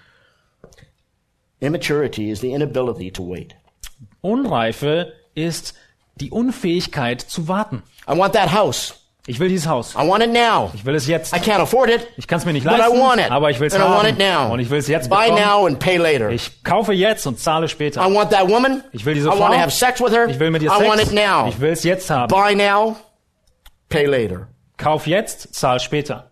Immaturity is the inability to wait. Unreife ist die Unfähigkeit zu warten. I want that house. Ich will dieses Haus. I want it now. Ich will es jetzt. I can't afford it, Ich kann es mir nicht but I leisten, want it. aber ich will es and I want haben. it now. Und ich will es jetzt Buy bekommen. now and pay later. Ich kaufe jetzt und zahle später. I want that woman. Ich will diese I Frau. want to have sex with her. Ich will mit ihr I want Sex. it now. Ich will es jetzt haben. Buy now, pay later. Kauf jetzt, zahl später.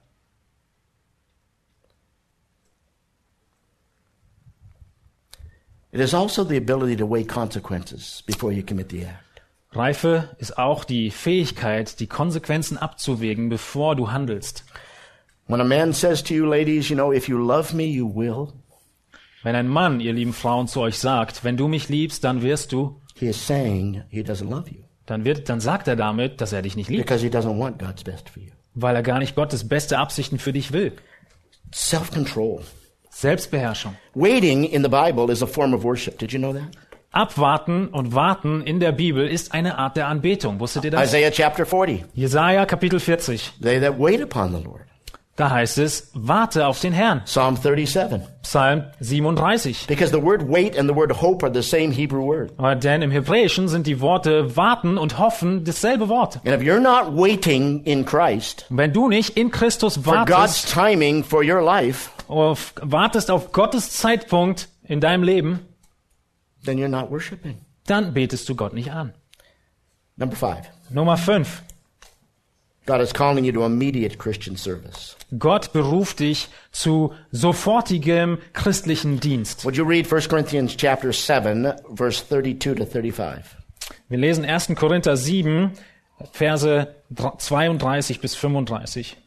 It is also the ability to weigh consequences before you commit the act. Reife ist auch die Fähigkeit, die Konsequenzen abzuwägen, bevor du handelst. When a man says to you, ladies, you know, if you love me, you will, Wenn ein Mann, ihr lieben Frauen, zu euch sagt, wenn du mich liebst, dann wirst du, he is saying he doesn't love you dann wird, dann sagt er damit, dass er dich nicht liebt, because he doesn't want God's best for you. weil er gar nicht Gottes beste Absichten für dich will. Self-control. Selbstbeherrschung. Waiting in the Bible is a form of worship. Did you know that? Abwarten und Warten in der Bibel ist eine Art der Anbetung. Wusstet ihr das? Isaiah chapter forty. Jesaja Kapitel vierzig. They that wait upon the Lord. Da heißt es, warte auf den Herrn. Psalm thirty-seven. Psalm siebenunddreißig. Because the word wait and the word hope are the same Hebrew word. Aber denn im Hebräischen sind die Worte warten und hoffen dasselbe Wort. And if you're not waiting in Christ Und wenn du nicht in Christus for God's wartest, timing for your life, auf, wartest auf Gottes Zeitpunkt in deinem Leben, then you're not worshiping. dann betest du Gott nicht an. Number five. Nummer fünf. God is calling you to immediate Christian service. Gott beruft dich zu sofortigem christlichen Dienst. Would you read First Corinthians chapter seven, verse thirty-two to thirty-five? Wir lesen erster Korinther sieben, Verse zweiunddreißig bis fünfunddreißig.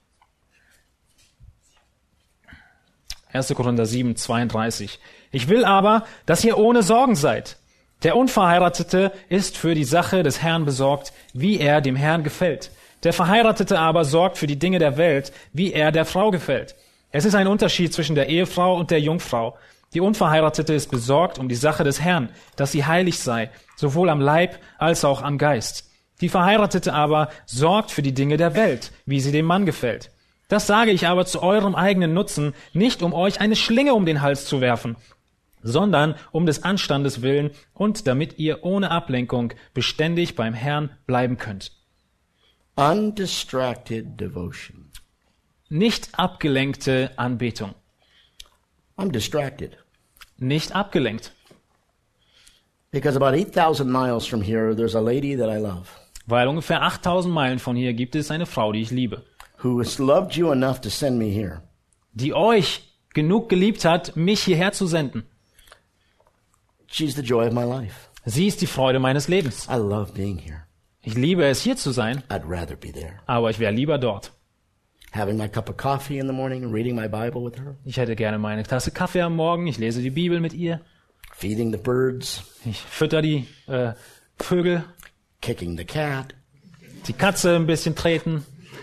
erster Korinther sieben, zweiunddreißig. Ich will aber, dass ihr ohne Sorgen seid. Der Unverheiratete ist für die Sache des Herrn besorgt, wie er dem Herrn gefällt. Der Verheiratete aber sorgt für die Dinge der Welt, wie er der Frau gefällt. Es ist ein Unterschied zwischen der Ehefrau und der Jungfrau. Die Unverheiratete ist besorgt um die Sache des Herrn, dass sie heilig sei, sowohl am Leib als auch am Geist. Die Verheiratete aber sorgt für die Dinge der Welt, wie sie dem Mann gefällt. Das sage ich aber zu eurem eigenen Nutzen, nicht um euch eine Schlinge um den Hals zu werfen, sondern um des Anstandes willen und damit ihr ohne Ablenkung beständig beim Herrn bleiben könnt. Undistracted devotion. Nicht abgelenkte Anbetung. I'm distracted. Nicht abgelenkt. Because about eight thousand miles from here, there's a lady that I love Weil ungefähr achttausend Meilen von hier gibt es eine Frau, die ich liebe, who has loved you enough to send me here. die euch genug geliebt hat, mich hierher zu senden. She's the joy of my life. Sie ist die Freude meines Lebens. I love being here. Ich liebe es, hier zu sein, I'd rather be there. aber ich wäre lieber dort. Having my cup of coffee in the morning and reading my Bible with her. Ich hätte gerne meine Tasse Kaffee am Morgen, ich lese die Bibel mit ihr, Feeding the birds. ich fütter die äh, Vögel, Kicking the cat. die Katze ein bisschen treten.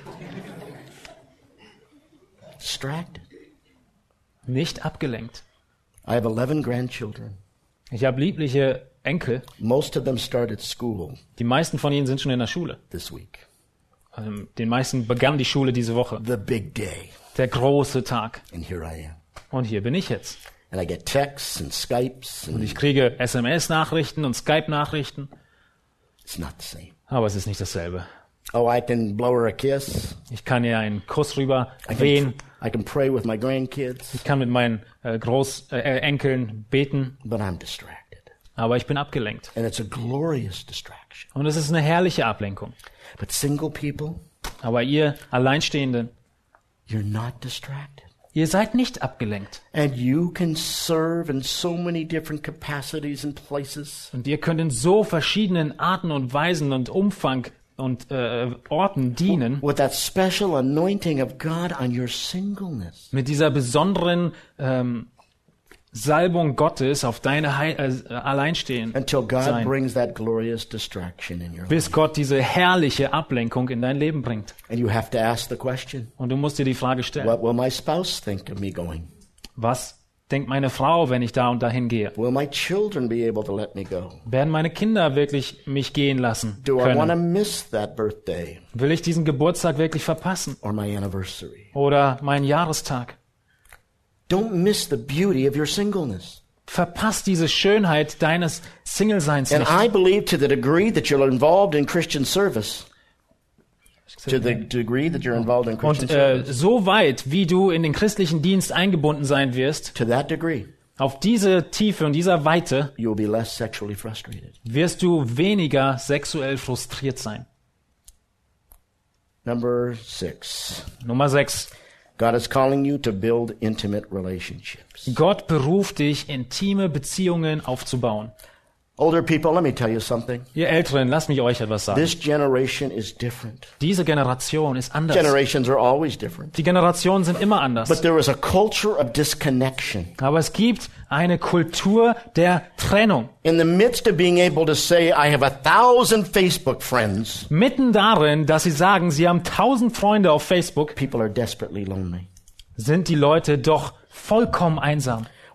Distracted. Nicht abgelenkt. I have eleven grandchildren. Ich habe liebliche Enkel. Most of them started school Die meisten von ihnen sind schon in der Schule. this week. Ähm, den meisten begann die Schule diese Woche. The big day. Der große Tag. And here I am. Und hier bin ich jetzt. And I get texts and Skypes Und and ich kriege S M S-Nachrichten und Skype-Nachrichten. it's not the same. Aber es ist nicht dasselbe. Oh, I can blow her a kiss. Ich kann ihr einen Kuss rüber I wehen. can, I can pray with my grandkids, Ich kann mit meinen äh, Groß, äh, Enkeln beten. but I'm distracted. Aber ich bin abgelenkt. And it's a glorious distraction. Und es ist eine herrliche Ablenkung. But single people, Aber ihr Alleinstehenden, you're not distracted. ihr seid nicht abgelenkt. And you can serve in so many different capacities and places. Und ihr könnt in so verschiedenen Arten und Weisen und Umfang und äh, Orten dienen. With that special anointing of God on your singleness. Mit dieser besonderen ähm, Salbung Gottes auf deine Heil äh, Alleinstehen Until God sein, brings that glorious distraction in your bis life. Gott diese herrliche Ablenkung in dein Leben bringt. And you have to ask the question, Und du musst dir die Frage stellen, what will my spouse think of me going? was denkt meine Frau, wenn ich da und dahin gehe? Will my children be able to let me go? Werden meine Kinder wirklich mich gehen lassen Do I want to können? miss that birthday Will ich diesen Geburtstag wirklich verpassen? or my anniversary? Oder meinen Jahrestag? Don't miss the beauty of your singleness. Verpass diese Schönheit deines Singleseins And nicht. I believe to the degree that you're involved in Christian service, to the degree that you're involved in Christian Und äh, service, so weit, wie du in den christlichen Dienst eingebunden sein wirst, to that degree, auf diese Tiefe und dieser Weite you will be less sexually frustrated. wirst du weniger sexuell frustriert sein. Number six, Nummer sechs. God is calling you to build intimate relationships. Gott beruft dich, intime Beziehungen aufzubauen. Older people, let me tell you something. Ihr Älteren, lasst mich euch etwas sagen. This generation is different. Diese Generation ist anders. Generations are always different. Die Generationen sind immer anders. But there is a culture of disconnection. Aber es gibt eine Kultur der Trennung. In the midst of being able to say, I have a thousand Facebook friends, Mitten darin, dass sie sagen, sie haben tausend Freunde auf Facebook, people are desperately lonely. sind die Leute doch vollkommen einsam.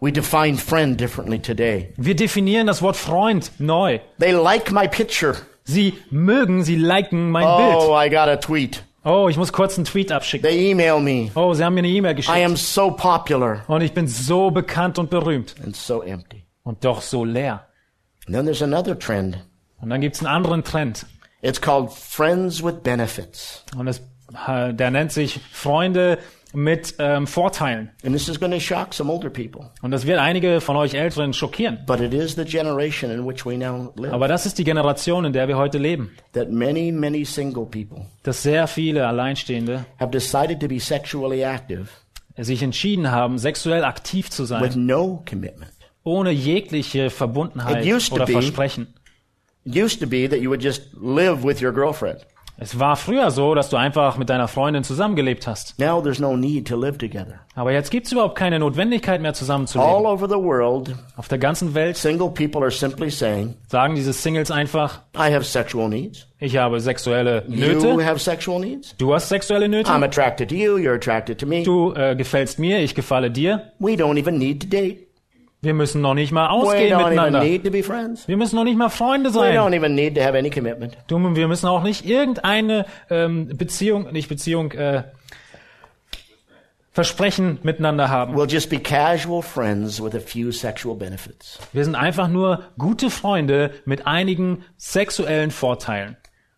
We define friend differently today. Wir definieren das Wort Freund neu. They like my picture. Sie mögen, sie liken mein Oh, Bild. I got a tweet. Oh, ich muss kurz einen Tweet abschicken. They email me. Oh, sie haben mir eine E-Mail I geschickt. am so popular Und ich bin so bekannt und berühmt. and so empty. Und doch so leer. And then there's another trend. Und dann gibt's einen anderen Trend. It's called friends with benefits. Und es, äh, der nennt sich Freunde mit ähm, Vorteilen. And this is going to shock some older people. Und das wird einige von euch Älteren schockieren. But it is the generation in which we now live. Aber das ist die Generation, in der wir heute leben. That many, many single people Dass sehr viele Alleinstehende have decided to be sexually active sich entschieden haben, sexuell aktiv zu with sein, no commitment. ohne jegliche Verbundenheit It used to oder be- Versprechen. It used to be that you would just live with your girlfriend. Es war früher so, dass du einfach mit deiner Freundin zusammengelebt hast. Now there's no need to live together. Aber jetzt gibt's überhaupt keine Notwendigkeit mehr All zusammenzuleben. over the world, Auf der ganzen Welt single people are simply saying, sagen diese Singles einfach, I have sexual needs. ich habe sexuelle You Nöte, have sexual needs. du hast sexuelle I'm Nöte, attracted to you. You're attracted to me. du äh, gefällst mir, ich gefalle dir. We don't even need to date. Wir müssen noch nicht mal We ausgehen don't even miteinander. need to be friends. Wir müssen noch nicht mal Freunde We sein. don't even need to have any commitment. Du, wir müssen auch nicht irgendeine ähm, Beziehung, nicht Beziehung, äh, Versprechen miteinander haben. We'll just be casual friends with a few sexual benefits. Wir sind einfach nur gute Freunde mit einigen sexuellen Vorteilen.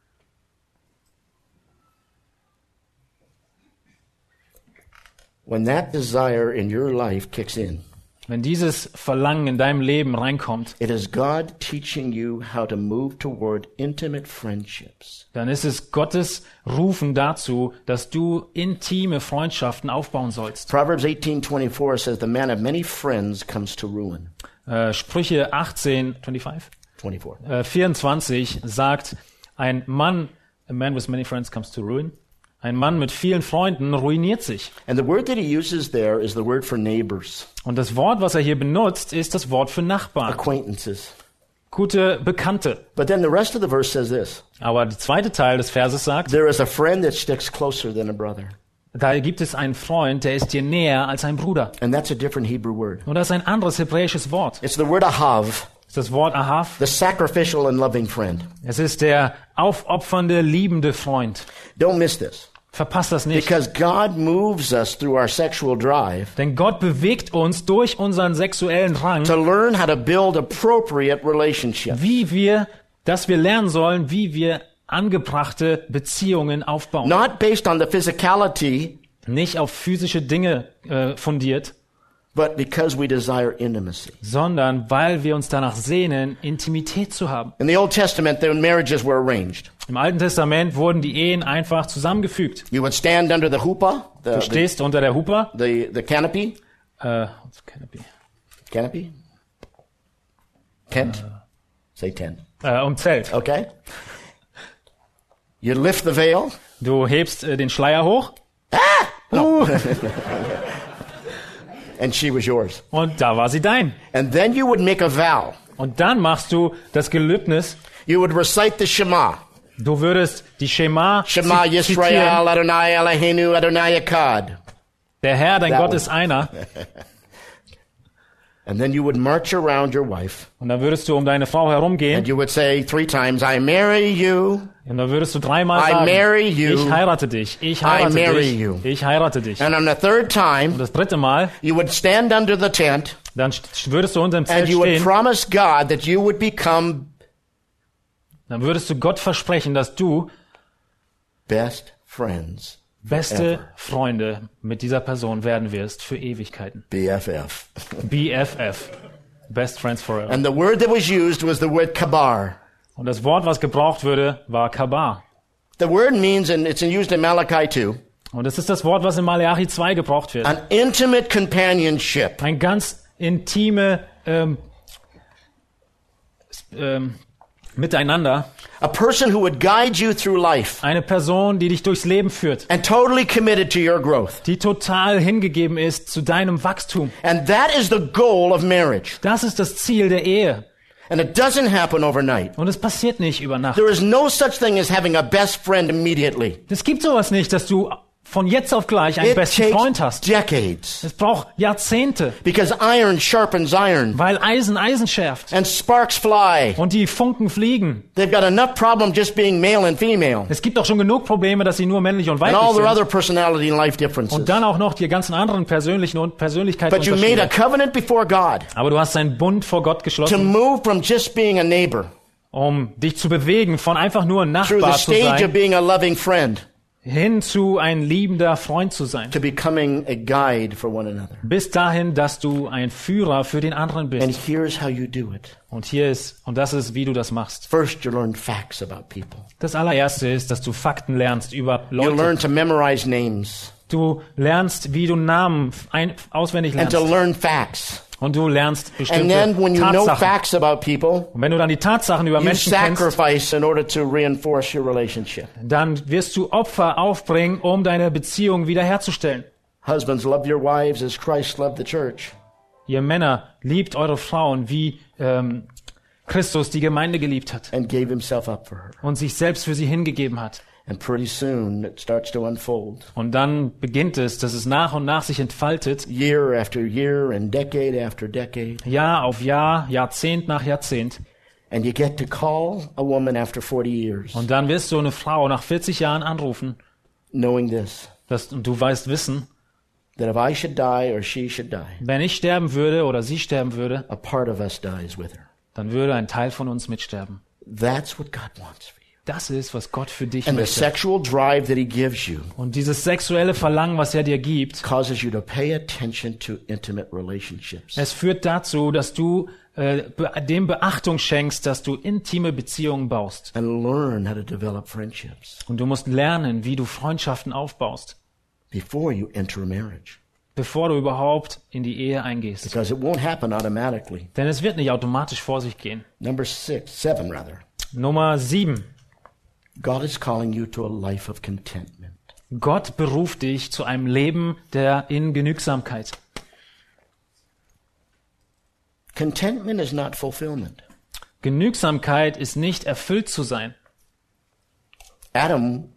When that desire in your life kicks in, Wenn dieses Verlangen in deinem Leben reinkommt, it is God teaching you how to move toward intimate friendships. dann ist es Gottes Rufen dazu, dass du intime Freundschaften aufbauen sollst. Proverbs eighteen twenty-four says, the man of many friends comes to ruin. Äh, Sprüche achtzehn, fünfundzwanzig, twenty-four. äh, vierundzwanzig sagt, ein Mann, a man with many friends comes to ruin. Ein Mann mit vielen Freunden ruiniert sich. And the word that he uses there is the word for neighbors, Und das Wort, was er hier benutzt, ist das Wort für Nachbarn, acquaintances. gute Bekannte. But then the rest of the verse says this, Aber der zweite Teil des Verses sagt, there is a friend that sticks closer than a brother. da gibt es einen Freund, der ist dir näher als ein Bruder. And that's a different Hebrew word. Und das ist ein anderes hebräisches Wort. It's the word ahav, Das ist das Wort Ahav. the sacrificial and loving friend. Es ist der aufopfernde, liebende Freund. Don't miss this. Verpasst das nicht. Because God moves us through our sexual drive Denn Gott bewegt uns durch unseren sexuellen Drang, to learn how to build appropriate relationships. wie wir, dass wir lernen sollen, wie wir angebrachte Beziehungen aufbauen. Not based on the physicality, Nicht auf physische Dinge äh, fundiert, but because we desire intimacy. sondern weil wir uns danach sehnen, Intimität zu haben. In the Old Testament, the marriages were arranged. Im Alten Testament wurden die Ehen einfach zusammengefügt. You would stand under the chuppah, the, Du the, stehst unter der Huppe. the, the canopy. Äh, what's canopy? Canopy? Tent? Say tent. Äh, um Zelt. Okay? You lift the veil. Du hebst äh, den Schleier hoch And she was yours. und da war sie dein. And then you would make a vow. Und dann machst du das Gelübnis. You would recite the Shema. Du würdest die Shema Shema zi- Yisrael zitieren. Adonai Eloheinu Adonai Echad. Der Herr, dein That Gott one. ist einer. And then you would march around your wife. Und dann würdest du um deine Frau herumgehen. And you would say three times, I marry you. Und dann würdest du dreimal I sagen, marry you. ich heirate dich, ich heirate I marry dich, you. ich heirate dich. And on the third time, Und das dritte Mal, you would stand under the tent dann st- würdest du unter dem Zelt and you would stehen. promise God that you would become Dann würdest du Gott versprechen, dass du best friends. beste Ever. Freunde mit dieser Person werden wirst für Ewigkeiten. B F F. B F F. Best Friends Forever. And the word that was used was the word kabar. Und das Wort, was gebraucht würde, war Kabar. The word means, and it's used in Malachi two, Und das ist das Wort, was in Maleachi zwei gebraucht wird. an intimate companionship. Ein ganz intime ähm, s- ähm, Miteinander. A person who would guide you through life Eine Person, die dich durchs Leben führt. and totally committed to your growth. Die total hingegeben ist zu deinem Wachstum. And that is the goal of marriage. Das ist das Ziel der Ehe. And it doesn't happen overnight. Und es passiert nicht über Nacht. There is no such thing as having a best friend immediately. Es gibt sowas nicht, dass du von jetzt auf gleich einen It besten Freund hast. takes decades. Es braucht Jahrzehnte, Because iron sharpens iron. weil Eisen Eisen schärft And sparks fly. und die Funken fliegen. They've got enough problem just being male and female. Es gibt auch schon genug Probleme, dass sie nur männlich und And all weiblich their sind. other personality and life differences. Und dann auch noch die ganzen anderen persönlichen und Persönlichkeiten. But you made a covenant before God Aber du hast einen Bund vor Gott to geschlossen, move from just being a neighbor um dich zu bewegen, von einfach nur ein through the Nachbar zu stage of sein, being a loving friend hin zu ein liebender Freund zu sein. to becoming a guide for one another. Bis dahin, dass du ein Führer für den anderen And bist. here's how you do it. Und hier ist, und das ist, wie du das machst. First, you learn facts about people. Das allererste ist, dass du Fakten lernst über You learn Leute. to memorize names Du lernst, wie du Namen ein, auswendig and lernst. to learn facts. Und du lernst And then bestimmte when you know Tatsachen. facts about people, Und wenn du dann die Tatsachen über you Menschen kennst, sacrifice in order to reinforce your relationship. dann wirst du Opfer aufbringen, um deine Beziehung wiederherzustellen. Husbands, love your wives as Christ loved the church. Ihr Männer, liebt eure Frauen, wie ähm, Christus die Gemeinde geliebt hat And gave himself up for her. und sich selbst für sie hingegeben hat. And pretty soon it starts to unfold. Und dann beginnt es, dass es nach und nach sich entfaltet, Year after year and decade after decade. Jahr auf Jahr, Jahrzehnt nach Jahrzehnt. And you get to call a woman after forty years, Und dann wirst du eine Frau nach vierzig Jahren anrufen, knowing this, dass, und du weißt wissen, that if I should die or she should die, wenn ich sterben würde oder sie sterben würde, a part of us dies with her. dann würde ein Teil von uns mitsterben. That's what God wants for you. Das ist, was Gott für dich And the möchte. sexual drive that he gives you Und dieses sexuelle Verlangen, was er dir gibt, causes you to pay attention to intimate relationships. es führt dazu, dass du äh, be dem Beachtung schenkst, dass du intime Beziehungen baust. And learn how to develop friendships Und du musst lernen, wie du Freundschaften aufbaust, before you enter a marriage. bevor du überhaupt in die Ehe eingehst. Because it won't happen automatically. Denn es wird nicht automatisch vor sich gehen. Number six, seven rather. Nummer sieben. God is calling you to a life of contentment. Gott beruft dich zu einem Leben der in Genügsamkeit. Contentment is not fulfillment. Genügsamkeit ist nicht erfüllt zu sein. Adam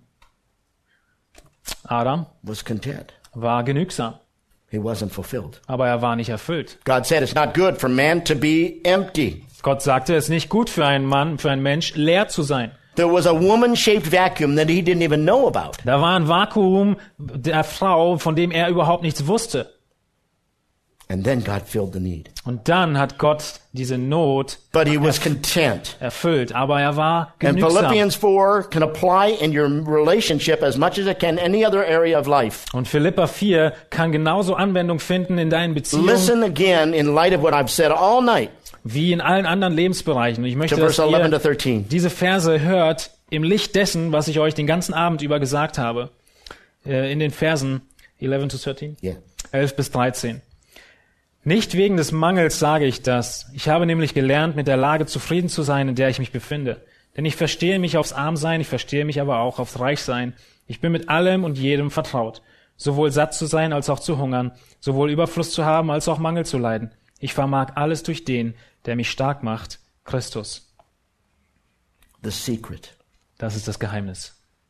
Adam was content. war genügsam, He wasn't fulfilled. aber er war nicht erfüllt. God said it's not good for man to be empty. Gott sagte, es ist nicht gut für einen Mann, für einen Mensch, leer zu sein. There was a woman-shaped vacuum that he didn't even know about. Da war ein Vakuum der Frau, von dem er überhaupt nichts wusste. And then God filled the need. Und dann hat Gott diese Not But he was content. erfüllt, aber er war And genügsam. Philippians four can apply in your relationship as much as it can any other area of life. Und Philipper vier kann genauso Anwendung finden in deinen Beziehungen Listen again in light of what I've said all night wie in allen anderen Lebensbereichen. Und ich to möchte, dass verse eleven to ihr thirteen. diese Verse hört im Licht dessen, was ich euch den ganzen Abend über gesagt habe. Äh, in den Versen eleven to thirteen, Yeah. elf bis dreizehn. Nicht wegen des Mangels sage ich das. Ich habe nämlich gelernt, mit der Lage zufrieden zu sein, in der ich mich befinde. Denn ich verstehe mich aufs Armsein, ich verstehe mich aber auch aufs Reichsein. Ich bin mit allem und jedem vertraut. Sowohl satt zu sein als auch zu hungern, sowohl Überfluss zu haben als auch Mangel zu leiden. Ich vermag alles durch den, der mich stark macht, Christus. The secret. Das ist das Geheimnis.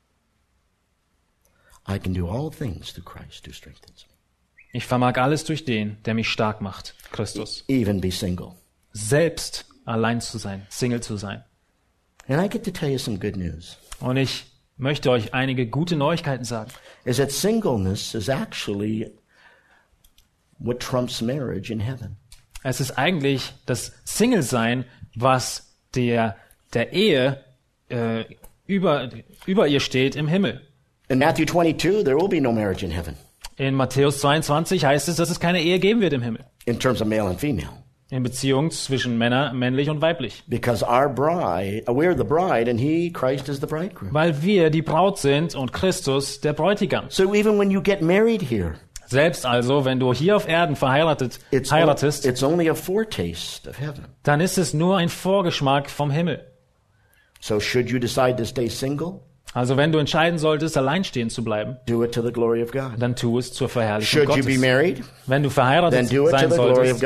I can do all things through Christ who strengthens me. Ich vermag alles durch den, der mich stark macht, Christus. Even be single. Selbst allein zu sein, Single zu sein. And I get to tell you some good news. Und ich möchte euch einige gute Neuigkeiten sagen. Is that singleness is actually what trumps marriage in heaven. Es ist eigentlich das Single-Sein, was der, der Ehe äh, über, über ihr steht im Himmel. In Matthew twenty-two, there will be no marriage in heaven In Matthäus zweiundzwanzig heißt es, dass es keine Ehe geben wird im Himmel. in terms of male and female. In Beziehung zwischen Männer, männlich und weiblich. Because our bride, uh, we're the bride and he, Christ, is the bridegroom. Weil wir die Braut sind und Christus der Bräutigam. So even when you get married here, Selbst also, wenn du hier auf Erden verheiratet it's, heiratest, it's only a foretaste of heaven. dann ist es nur ein Vorgeschmack vom Himmel. So should you decide to stay single, Also wenn du entscheiden solltest, alleinstehend zu bleiben, do it to the glory of God. dann tu es zur Verherrlichung Should you Gottes. be married, Wenn du then verheiratet do it to sein the glory of solltest, God.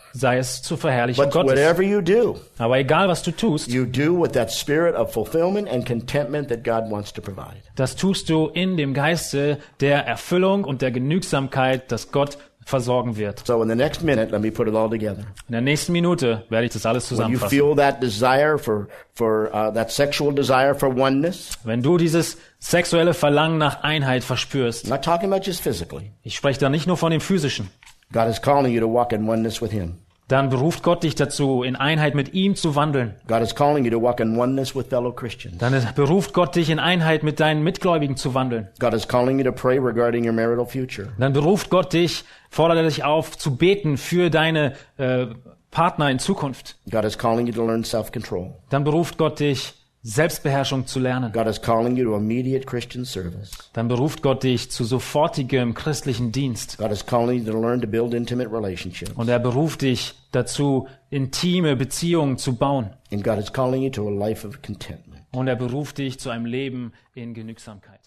sei es zur Verherrlichung But Gottes. whatever you do, Aber egal, was du tust, you do with that spirit of fulfillment and contentment that God wants to provide. das tust du in dem Geiste der Erfüllung und der Genügsamkeit, dass Gott versorgen wird. So in the next minute, let me put it all together. In der nächsten Minute werde ich das alles When you zusammenfassen. feel that desire for, for uh, that sexual desire for oneness, Wenn du dieses sexuelle Verlangen nach Einheit verspürst, I'm not talking about just physically. ich spreche da nicht nur von dem Physischen, God is calling you to walk in oneness with Him. dann beruft Gott dich dazu, in Einheit mit ihm zu wandeln. God is calling you to walk in oneness with fellow Christians. Dann beruft Gott dich, in Einheit mit deinen Mitgläubigen zu wandeln. God is calling you to pray regarding your marital future. Dann beruft Gott dich, fordert er dich auf, zu beten für deine äh, Partner in Zukunft. God is calling you to learn self-control. Dann beruft Gott dich, Selbstbeherrschung zu lernen. God is calling you to immediate Christian service. Dann beruft Gott dich zu sofortigem christlichen Dienst. God is calling you to learn to build intimate relationships. Und er beruft dich dazu, intime Beziehungen zu bauen. And God is calling you to a life of contentment. Und er beruft dich zu einem Leben in Genügsamkeit.